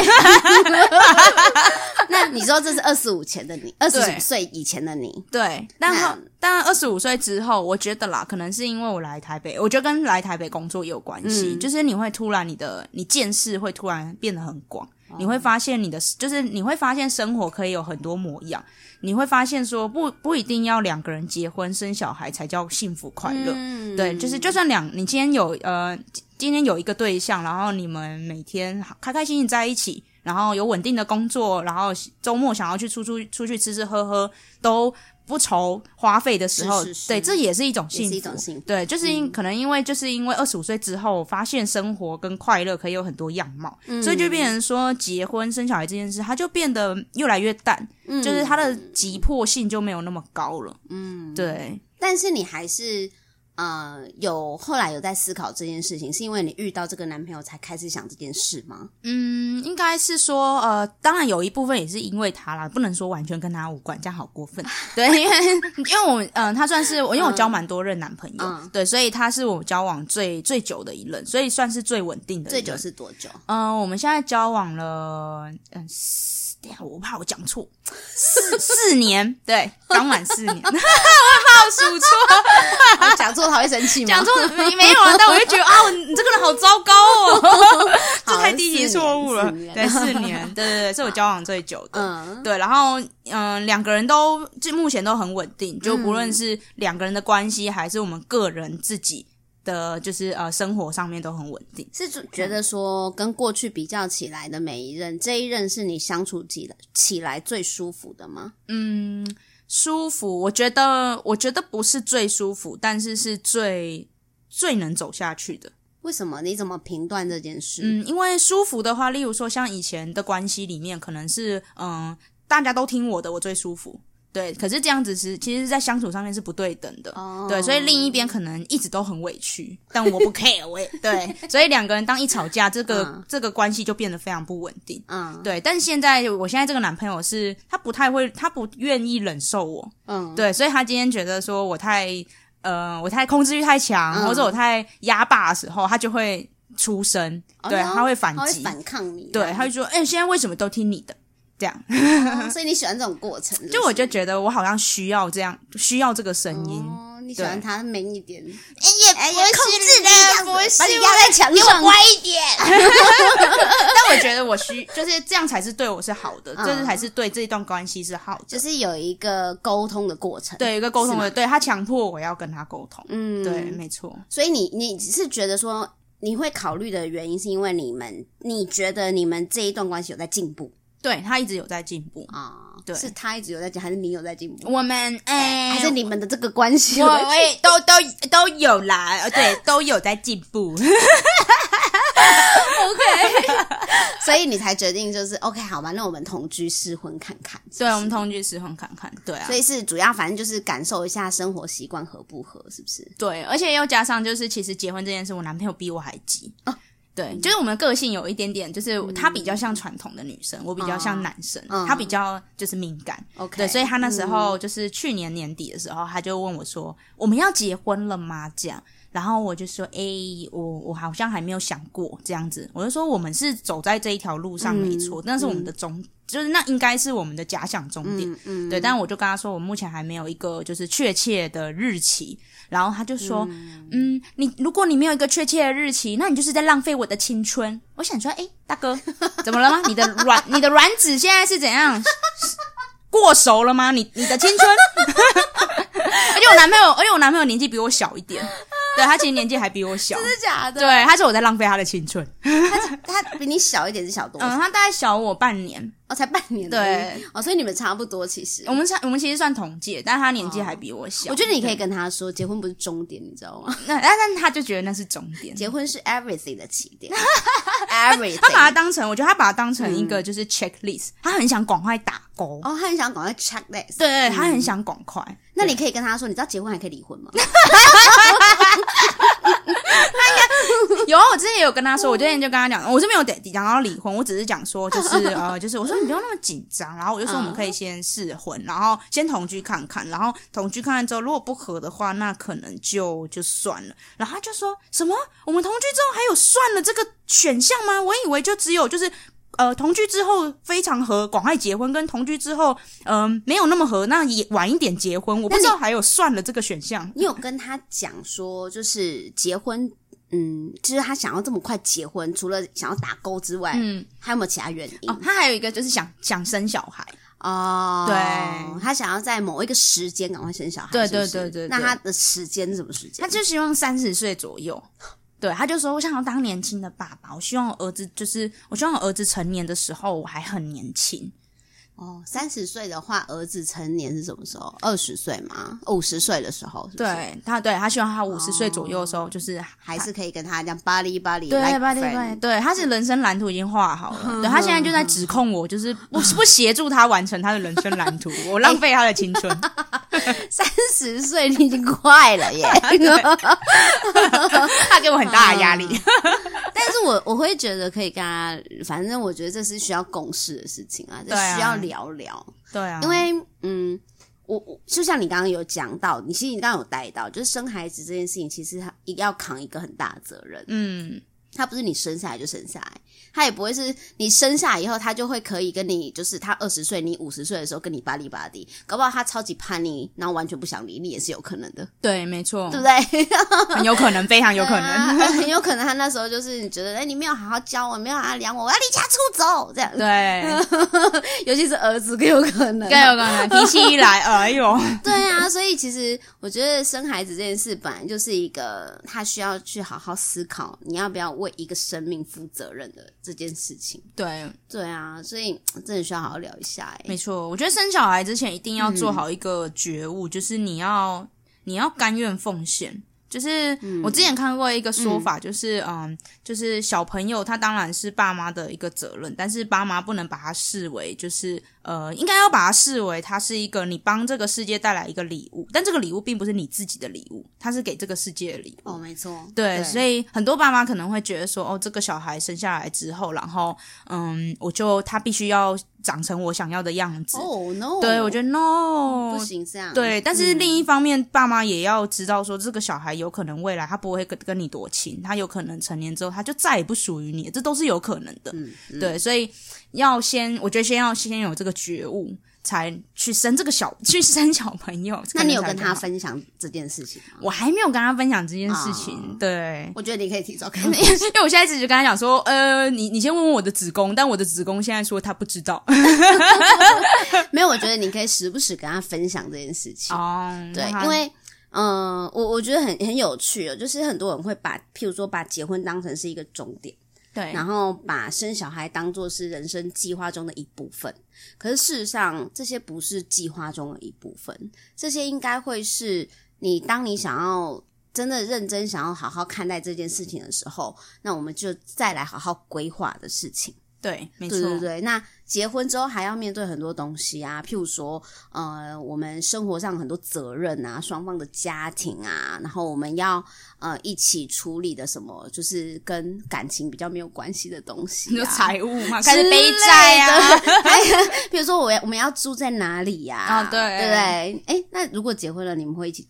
那你说这是25前的你，25岁以前的你， 对，但25岁之后，我觉得啦，可能是因为我来台北，我觉得跟来台北工作也有关系，就是你会突然你见识会突然变得很广。你会发现你会发现生活可以有很多模样，你会发现说不一定要2个人结婚生小孩才叫幸福快乐。对，就是就算你今天有一个对象，然后你们每天开开心心在一起，然后有稳定的工作，然后周末想要出去吃吃喝喝都不愁花费的时候，对，这也是一种幸福。对，就是可能因为25岁之后发现生活跟快乐可以有很多样貌，所以就变成说结婚生小孩这件事，它就变得越来越淡，就是它的急迫性就没有那么高了。对。 但是你还是后来有在思考这件事情，是因为你遇到这个男朋友才开始想这件事吗？ 应该是说当然有一部分也是因为他啦，不能说完全跟他无关，这样好过分。对，因为我他算是因为我交蛮多任男朋友，对，所以他是我交往最久的一任，所以算是最稳定的一任。 最久是多久？ 我们现在交往了等一下我怕我讲错，4年，对，刚满4年，我怕我数错， 讲错他会生气吗？ 讲错没有啊，但我就觉得你这个人好糟糕哦，这太低级错误了。对，4年，对，是我交往最久的，对，然后2个人都就目前都很稳定，就不论是2个人的关系，还是我们个人自己的就是生活上面都很稳定。 是觉得说跟过去比较起来的每一任，这一任是你相处起来最舒服的吗？ 舒服，我觉得不是最舒服，但是是最能走下去的。 为什么？你怎么评断这件事？ 因为舒服的话，例如说像以前的关系里面，可能是大家都听我的，我最舒服。对，可是这样子其实在相处上面是不对等的。对，所以另一边可能一直都很委屈，但我不 care 对，所以2个人当一吵架，这个关系就变得非常不稳定。对，但是我现在这个男朋友是他不愿意忍受我。对，所以他今天觉得说我太控制欲太强，或者我太压霸的时候，他就会出声。对，他会反击， 他会反抗你。 对，他就说现在为什么都听你的？这样所以你喜欢这种过程是不是？ 就我就觉得我好像需要这个声音。 你喜欢他 man 一点， 也控制的，不是把你压在墙上， 给我乖一点。但我觉得就是这样才是对我是好的，就是才是对这一段关系是好的， 就是有一个沟通的过程， 对，有一个沟通的，对，他强迫我要跟他沟通，对，没错。 所以你是觉得说你会考虑的原因是因为你觉得你们这一段关系有在进步？ 对，他一直有在进步啊，对， 是他一直有在进，还是你有在进步？ 我们还是你们的这个关系， 都有啦，对，都有在进步。 OK， 所以你才决定就是 OK 好吧，那我们同居试婚看看。是不是？ 对，我们同居试婚看看，对啊。 所以是主要反正就是感受一下生活习惯合不合，是不是？ 对，而且又加上就是其实结婚这件事，我男朋友比我还急。对，就是我们个性有一点点，就是他比较像传统的女生，我比较像男生，他比较就是敏感。 OK， 对，所以他那时候就是去年年底的时候，他就问我说：“我们要结婚了吗？”这样， 然后我就说，我好像还没有想过这样子。我就说我们是走在这一条路上没错，那是我们的就是那应该是我们的假想终点。对，但我就跟他说，我目前还没有一个就是确切的日期。然后他就说，如果你没有一个确切的日期，那你就是在浪费我的青春。我想说，大哥，怎么了吗？你的卵子现在是怎样？过熟了吗？你的青春？而且我男朋友年纪比我小一点，对，他其实年纪还比我小。 真的假的？ 对，他说我在浪费他的青春。 他比你小一点是小多少？ 他大概小我半年。 才半年。 对， 所以你们差不多其实。 我们其实算同届，但他年纪还比我小。 我觉得你可以跟他说，结婚不是终点，你知道吗？ 但他就觉得那是终点， 结婚是 everything 的起点。everything， 他把它当成，我觉得他把它当成一个就是 checklist，他很想赶快打勾。 他很想赶快 checklist。 对，他很想赶快。 那你可以跟他说，你知道结婚还可以离婚吗？ 有啊，我之前也有跟他说，我之前就跟他讲，我是没有讲到离婚，我只是讲说，就是我说你不用那么紧张，然后我就说我们可以先试婚，然后先同居看看，然后同居看看之后，如果不合的话，那可能就算了。然后他就说什么，我们同居之后还有算了这个选项吗？我以为就只有就是同居之后非常合，赶快结婚，跟同居之后没有那么合，那也晚一点结婚。我不知道还有算了这个选项。 你有跟他讲说，就是结婚？就是他想要这么快结婚，除了想要打勾之外，还有没有其他原因？ 他还有一个就是想生小孩。对， 他想要在某一个时间赶快生小孩。 对。 那他的时间是什么时间？ 他就希望30岁左右。对，他就说我想要当年轻的爸爸，我希望我儿子成年的时候我还很年轻。 30岁的话，儿子成年是什么时候？20岁吗？50岁的时候是不是？ 对，他希望他50岁左右的时候，就是还是可以跟他这样巴黎， 对，like 对，他是人生蓝图已经画好了。对，他现在就在指控我，就是不协助他完成他的人生蓝图，我浪费他的青春。 30岁你已经快了耶！ 他给我很大的压力。 但是我会觉得可以跟他，反正我觉得这是需要共识的事情啊，这需要聊聊。 对啊， 因为我就像你刚刚有讲到，其实你刚刚有带到，就是生孩子这件事情，其实他要扛一个很大的责任。他不是你生下来就生下来，他也不会是你生下来以后他就会可以跟你，就是他20岁你50岁的时候跟你巴黎巴黎，搞不好他超级叛逆，然后完全不想理你也是有可能的。 对，没错，对不对？ 很有可能，非常有可能。 很有可能他那时候就是你觉得你没有好好教我，没有好好养我，我要离家出走这样。 对， 尤其是儿子更有可能， 脾气一来，哎呦。 对啊，所以其实我觉得生孩子这件事本来就是一个他需要去好好思考你要不要为一个生命负责任的这件事情。对啊，所以真的需要好好聊一下。 没错，我觉得生小孩之前一定要做好一个觉悟，就是你要甘愿奉献。就是我之前看过一个说法，就是小朋友他当然是爸妈的一个责任，但是爸妈不能把他视为就是应该要把它视为它是一个你帮这个世界带来一个礼物，但这个礼物并不是你自己的礼物，它是给这个世界的礼物。 没错。 对，所以很多爸妈可能会觉得说，这个小孩生下来之后，然后他必须要长成我想要的样子。 no！ 对，我觉得 no， 不行这样。 对，但是另一方面，爸妈也要知道说，这个小孩有可能未来他不会跟你多亲，他有可能成年之后他就再也不属于你，这都是有可能的。对，所以我觉得先有这个觉悟，才去生小朋友。 那你有跟他分享这件事情吗？ 我还没有跟他分享这件事情。对， 我觉得你可以提早跟他因为我现在一直就跟他讲说，你先问问我的子宫，但我的子宫现在说他不知道。 没有，我觉得你可以时不时跟他分享这件事情。对，因为我觉得很有趣就是很多人会譬如说把结婚当成是一个终点。 对， 然后把生小孩当作是人生计划中的一部分，可是事实上这些不是计划中的一部分，这些应该会是当你想要真的认真想要好好看待这件事情的时候，那我们就再来好好规划的事情。 对，没错。 对，那结婚之后还要面对很多东西啊，譬如说我们生活上很多责任啊，双方的家庭啊，然后我们要一起处理的什么就是跟感情比较没有关系的东西有财务嘛，开始背债啊， 譬如说我们要住在哪里啊， 对不对？那如果结婚了，你们会一起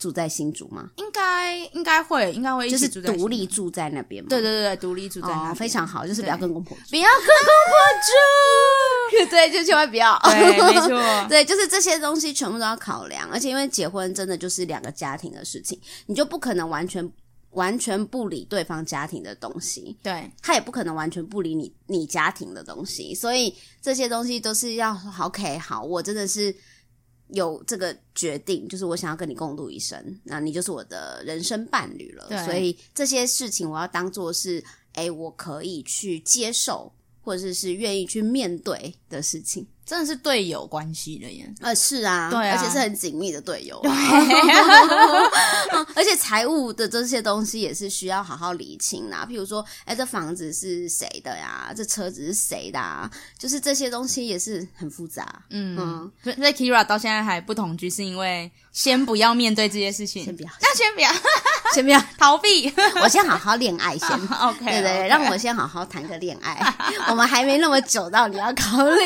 住在新竹吗？ 应该会一就是起住在独立住在那边吗？ 对对对，独立住在那边， 非常好，就是不要跟公婆住， 不要跟公婆住， 对，就千万不要， 对，没错， 对，就是这些东西全部都要考量，而且因为结婚真的就是两个家庭的事情，你就不可能完全不理对方家庭的东西， 对， 他也不可能完全不理你家庭的东西，所以这些东西都是要 OK 好，我真的是有这个决定，就是我想要跟你共度一生，那你就是我的人生伴侣了，所以这些事情我要当作是我可以去接受或者是愿意去面对的事情， 真的是队友关系了耶。 是啊， 对啊， 而且是很紧密的队友，而且财务的这些东西也是需要好好理清啦。譬如说，这房子是谁的呀？这车子是谁的啊？就是这些东西也是很复杂。 所以 Kira 到现在还不同居，是因为先不要面对这些事情， 先不要， 那先不要， 先不要逃避。 我先好好恋爱先 ，OK， 对对对，让我先好好谈个恋爱。我们还没那么久到你要考虑。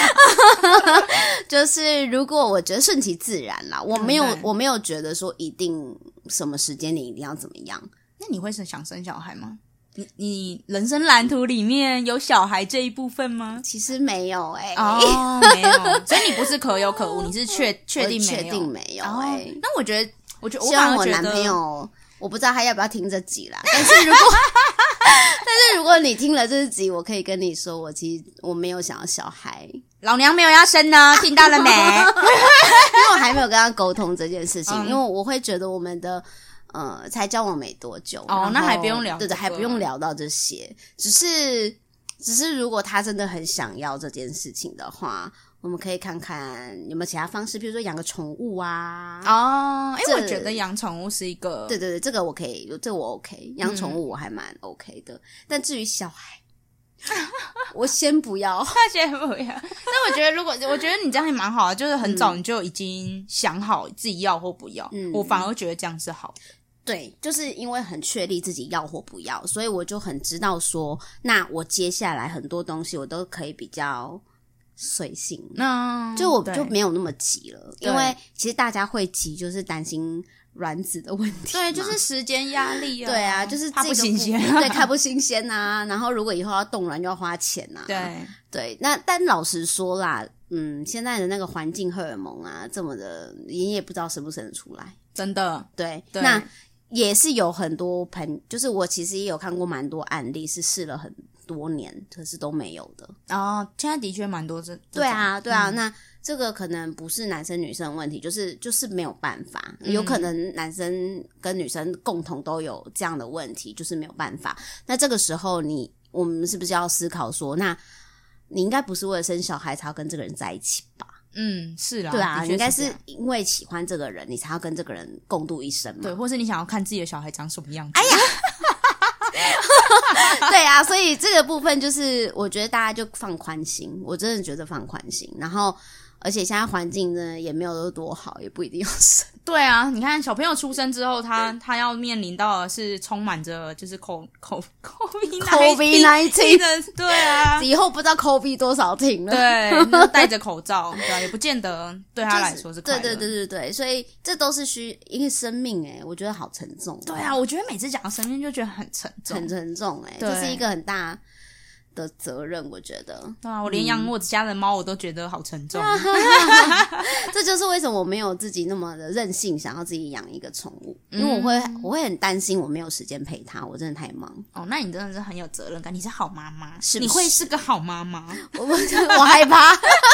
就是如果我觉得顺其自然啦，我没有觉得说一定什么时间你一定要怎么样。 那你会想生小孩吗？你人生蓝图里面有小孩这一部分吗？ 其实没有没有，所以你不是可有可无，你是确定没有？ 确定没有那我觉得希望我男朋友，我不知道他要不要听这集啦。但是如果你听了这集，我可以跟你说，其实我没有想要小孩， 老娘没有要生呢，听到了没？因为我还没有跟他沟通这件事情，因为我会觉得我们的才交往没多久， 那还不用聊， 对，还不用聊到这些，只是如果他真的很想要这件事情的话，我们可以看看有没有其他方式，比如说养个宠物啊。 我觉得养宠物是一个， 对对对，这个我可以，这个我 OK， 养宠物我还蛮 OK 的，但至于小孩，我先不要， 先不要。但我觉得，我觉得你这样也蛮好的，就是很早你就已经想好自己要或不要，我反而觉得这样是好的。 对，就是因为很确立自己要或不要，所以我就很知道说，那我接下来很多东西我都可以比较随性，就我就没有那么急了，因为其实大家会急就是担心卵子的问题， 对，就是时间压力啊， 对啊，就是它不新鲜， 对，太不新鲜啊。然后如果以后要冻卵就要花钱啊，对，那但老实说啦，现在的那个环境荷尔蒙啊，这么的，你也不知道生不生得出来， 真的， 对，那也是有很多就是我其实也有看过蛮多案例，是试了很多年，可是都没有的。 现在的确蛮多这对啊，那这个可能不是男生女生的问题，就是没有办法，有可能男生跟女生共同都有这样的问题，就是没有办法。那这个时候我们是不是要思考说，那你应该不是为了生小孩才要跟这个人在一起吧？ 是啦， 对啊，你应该是因为喜欢这个人，你才要跟这个人共度一生嘛。 对，或是你想要看自己的小孩长什么样子。 哎呀，对啊，所以这个部分就是我觉得大家就放宽心，我真的觉得放宽心。然后，而且现在环境呢也没有多好，也不一定要生。 对啊，你看小朋友出生之后，他要面临到的是充满着就是 COVID-19 的，对啊， 以后不知道 COVID 多少听了， 对，戴着口罩，对啊，也不见得对他来说是快乐。 对，所以这都是一个生命我觉得好沉重。 对啊，我觉得每次讲到生命就觉得很沉重， 很沉重这是一个很大的责任，我觉得。对啊，我连养我家的猫我都觉得好沉重。 这就是为什么我没有自己那么的任性，想要自己养一个宠物，因为我会很担心我没有时间陪它，我真的太忙。 那你真的是很有责任感，你是好妈妈， 是你会是个好妈妈。 我害怕，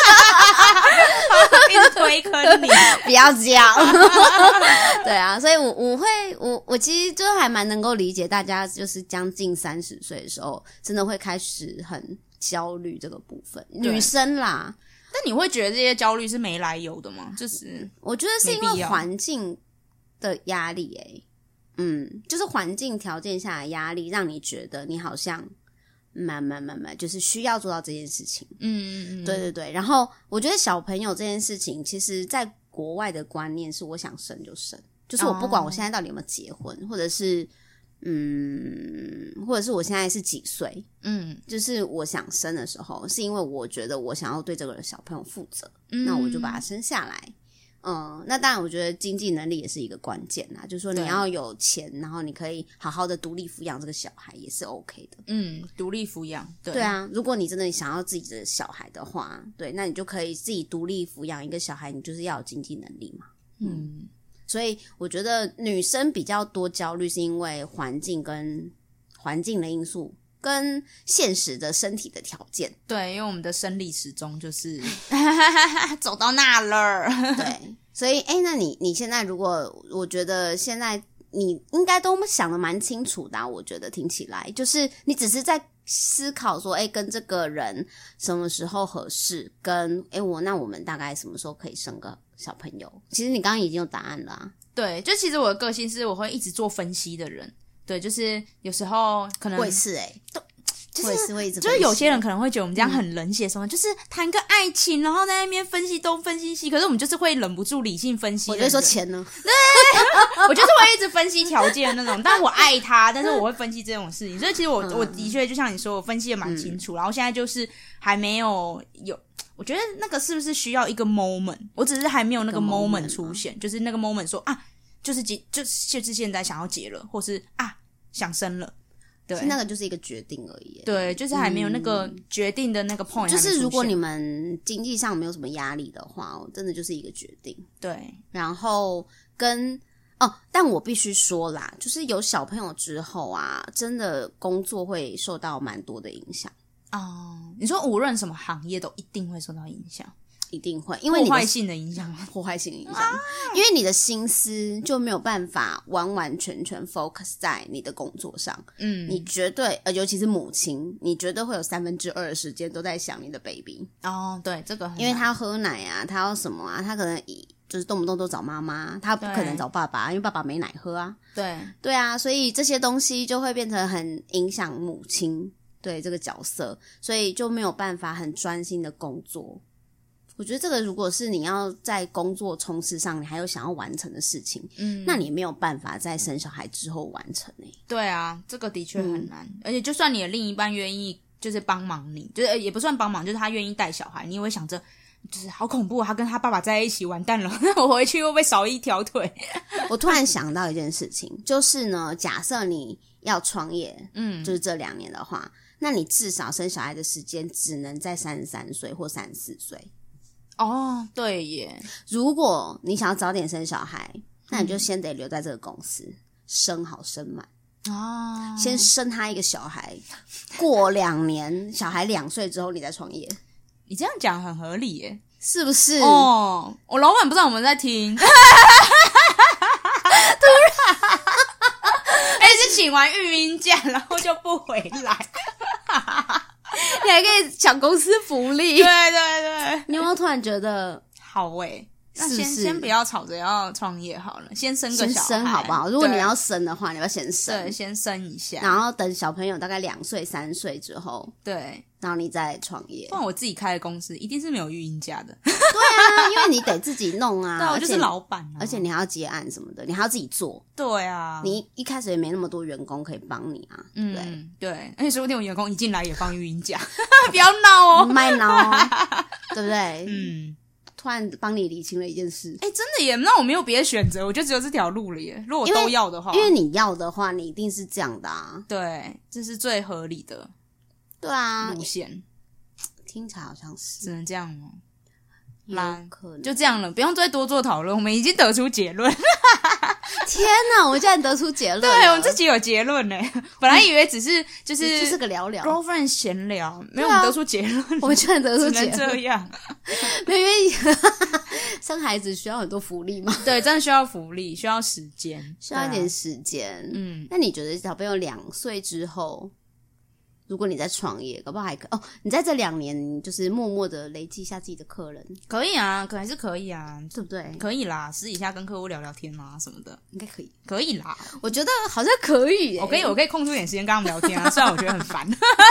一直推坑你， 不要这样。对啊，所以我其实就还蛮能够理解大家，就是将近30岁的时候，真的会开始很焦虑这个部分，女生啦。 但你会觉得这些焦虑是没来由的吗？就是我觉得是因为环境的压力就是环境条件下的压力，让你觉得你好像慢就是需要做到这件事情。对。然后我觉得小朋友这件事情，其实在国外的观念是我想生就生，就是我不管我现在到底有没有结婚，或者是我现在是几岁，就是我想生的时候，是因为我觉得我想要对这个小朋友负责，那我就把他生下来。 那当然我觉得经济能力也是一个关键啦，就是说你要有钱，然后你可以好好的独立抚养这个小孩也是 OK 的。 独立抚养， 对啊，如果你真的想要自己的小孩的话，对，那你就可以自己独立抚养一个小孩，你就是要有经济能力嘛。所以我觉得女生比较多焦虑是因为环境的因素跟现实的身体的条件。 对，因为我们的生理时钟就是走到那了。 对，所以那你现在如果我觉得现在你应该都想得蛮清楚的我觉得听起来就是你只是在思考说跟这个人什么时候合适，跟我们大概什么时候可以生个小朋友。其实你刚刚已经有答案了啊。 对，就其实我的个性是我会一直做分析的人。对，就是有时候可能我也是我也是会一直分析， 就是有些人可能会觉得我们这样很冷血什么，就是谈个爱情然后在那边分析东分析西，可是我们就是会忍不住理性分析。 我就说钱呢， 对，我就是会一直分析条件的那种，但我爱他，但是我会分析这种事情，所以其实我的确就像你说，我分析的蛮清楚，然后现在就是还没有我觉得那个是不是需要一个 moment， 我只是还没有那个 moment 出现，就是那个 moment 说就是现在想要结了，或是想生了。对， 那个就是一个决定而已。 对，就是还没有那个决定的那个 point， 就是如果你们经济上没有什么压力的话，真的就是一个决定。 对， 然后但我必须说啦，就是有小朋友之后真的工作会受到蛮多的影响。 你说无论什么行业都一定会受到影响？ 一定会，因为破坏性的影响吗？ 破坏性的影响，因为你的心思就没有办法完完全全 focus 在你的工作上。你绝对尤其是母亲，你绝对会有2/3的时间都在想你的 baby。 对，这个很难， 因为他要喝奶他要什么他可能就是动不动都找妈妈，他不可能找爸爸，因为爸爸没奶喝对啊，所以这些东西就会变成很影响母亲对这个角色，所以就没有办法很专心的工作。我觉得这个如果是你要在工作冲刺上你还有想要完成的事情，那你没有办法在生小孩之后完成对啊，这个的确很难，而且就算你的另一半愿意就是帮忙你，就是也不算帮忙，就是他愿意带小孩，你也会想着就是好恐怖，他跟他爸爸在一起完蛋了，我回去会不会少一条腿？ 我突然想到一件事情，就是呢，假设你要创业就是这2年的话，那你至少生小孩的时间只能在33岁或34岁。 对耶， 如果你想要早点生小孩，那你就先得留在这个公司生好生满先生他一个小孩，过2年小孩2岁之后你再创业。 你这样讲很合理耶， 是不是？ 我老板不知道我们在听突然是请完育婴假然后就不回来你还可以抢公司福利。 对对对， 你有没有突然觉得好那先不要吵着要创业好了，先生个小孩， 先生好不好？如果你要生的话，你要先生， 对，先生一下， 然后等小朋友大概2岁3岁之后， 对， 然后你再创业。 不然我自己开的公司一定是没有育婴假的。 对啊，因为你得自己弄对，我就是老板而且你还要接案什么的，你还要自己做。 对啊， 你一开始也没那么多员工可以帮你对，而且说不定我员工一进来也放育婴假不要闹卖闹对不对？突然帮你理清了一件事。 真的耶，那我没有别的选择，我就只有这条路了耶。如果我都要的话， 因为你要的话你一定是这样的对，这是最合理的路线。 听起来好像是只能这样吗？ 可能就这样了，不用再多做讨论，我们已经得出结论天哪，我们竟然得出结论了。 对，我们自己有结论呢。本来以为只是就是个聊聊 girlfriend 闲聊，没有，我们得出结论， 我们居然得出结论， 只能这样没有，因为生孩子需要很多福利嘛。 对，真的需要福利，需要时间， 需要一点时间。那你觉得小朋友2岁之后，如果你在创业，搞不好还可你在这2年就是默默的累积一下自己的客人， 可以啊，还是可以啊， 对不对？ 可以啦，私底下跟客户聊聊天啊什么的， 应该可以， 可以啦。 我觉得好像可以我可以空出点时间跟他们聊天啊，虽然我觉得很烦。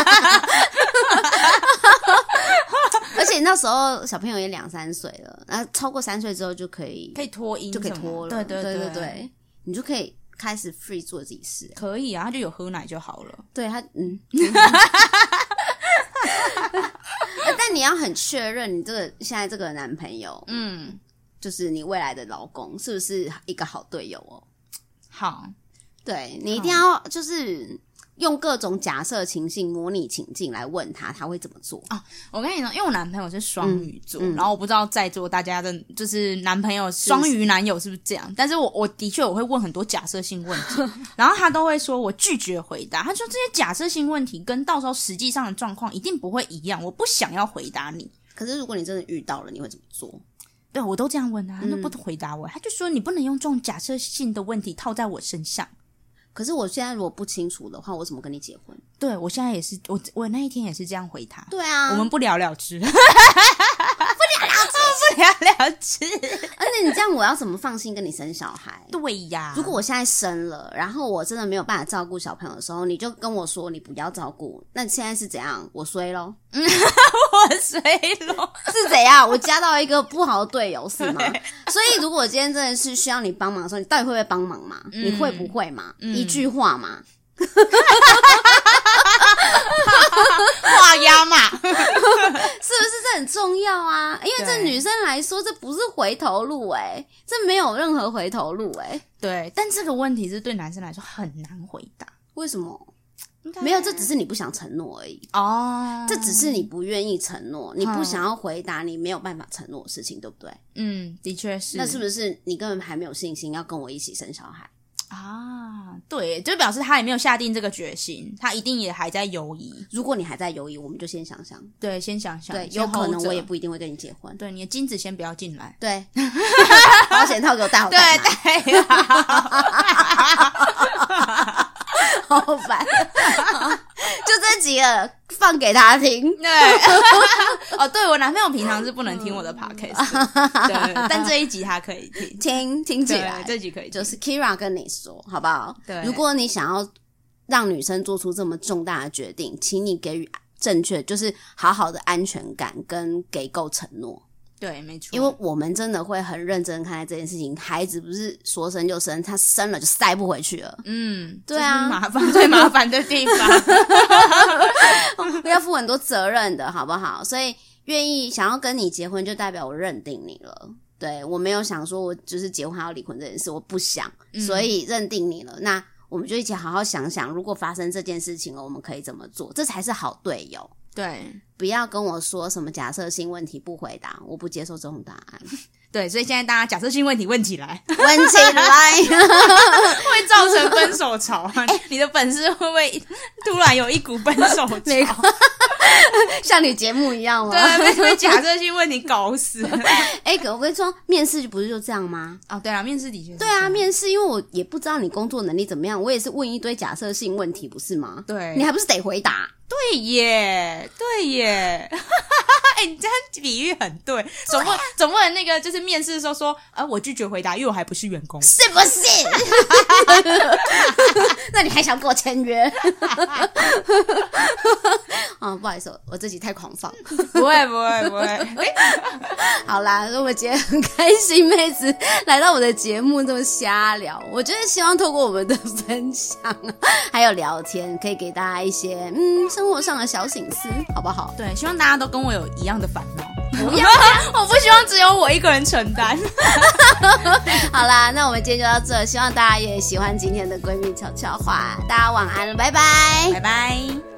而且那时候小朋友也2-3岁了，然后超过3岁之后就可以脱音， 就可以脱了。 对， 你就可以开始 free 做自己事。 可以啊，他就有喝奶就好了。 对他但你要很确认你现在这个男朋友就是你未来的老公是不是一个好队友哦。 好， 对，你一定要就是用各种假设情境模拟情境来问他会怎么做啊。我跟你说，因为我男朋友是双鱼座，然后我不知道在座大家的就是男朋友双鱼男友是不是这样，但是我的确我会问很多假设性问题然后他都会说我拒绝回答，他说这些假设性问题跟到时候实际上的状况一定不会一样，我不想要回答你。 可是如果你真的遇到了，你会怎么做？ 对，我都这样问他，他都不回答我，他就说你不能用这种假设性的问题套在我身上。 可是我现在如果不清楚的话，我怎么跟你结婚？ 对，我现在也是，我那一天也是这样回他。 对啊， 我们不了了之不了了之而且你这样我要怎么放心跟你生小孩？ 对呀， 如果我现在生了，然后我真的没有办法照顾小朋友的时候，你就跟我说你不要照顾，那现在是怎样？我衰咯我衰咯是怎样？我加到一个不好的队友是吗？所以如果今天真的是需要你帮忙的时候，你到底会不会帮忙嘛？你会不会嘛？一句话嘛画押嘛是不是这很重要啊？因为这女生来说这不是回头路这没有任何回头路对，但这个问题是对男生来说很难回答。 为什么？没有，这只是你不想承诺而已哦， 这只是你不愿意承诺，你不想要回答你没有办法承诺的事情，对不对？ 的确是。 那是不是你根本还没有信心要跟我一起生小孩啊？对，就表示他也没有下定这个决心，他一定也还在犹疑。 如果你还在犹疑，我们就先想想。 对，先想想。 对，有可能我也不一定会跟你结婚。 对，你的精子先不要进来。 对保险套给我戴好戴满。 对好烦就这几个放给他听。 对对，我男朋友平常是不能听我的 podcast 对，但这一集他可以听起来这集可以听， 就是 Kira 跟你说好不好？ 对， 如果你想要让女生做出这么重大的决定，请你给予正确就是好好的安全感跟给够承诺。 对，没错， 因为我们真的会很认真看待这件事情。孩子不是说生就生，他生了就塞不回去了。对啊， 最麻烦的地方要负很多责任的，好不好？所以愿意想要跟你结婚，就代表我认定你了。对，我没有想说我就是结婚还要离婚这件事，我不想，所以认定你了。那我们就一起好好想想，如果发生这件事情了，我们可以怎么做？这才是好队友。 对， 不要跟我说什么假设性问题不回答，我不接受这种答案。 对，所以现在大家假设性问题问起来问起来会造成分手潮你的粉丝会不会突然有一股分手潮像你节目一样吗？ 对，被假设性问题搞死可我跟你说面试不是就这样吗？ 对啊，面试的确是对啊，面试因为我也不知道你工作能力怎么样，我也是问一堆假设性问题不是吗？ 对， 你还不是得回答？ 对耶你这样比喻很对，总不能那个就是面试的时候说我拒绝回答，因为我还不是员工， 是不是那你还想跟我签约不好意思，我自己太狂放不会好啦，我们今天很开心妹子来到我的节目这么瞎聊，我觉得希望透过我们的分享还有聊天，可以给大家一些生活上的小省思，好不好？ 对，希望大家都跟我有一样的烦恼，不要我不希望只有我一个人承担好啦，那我们今天就到这，希望大家也喜欢今天的闺蜜悄悄话，大家晚安了，拜拜拜拜。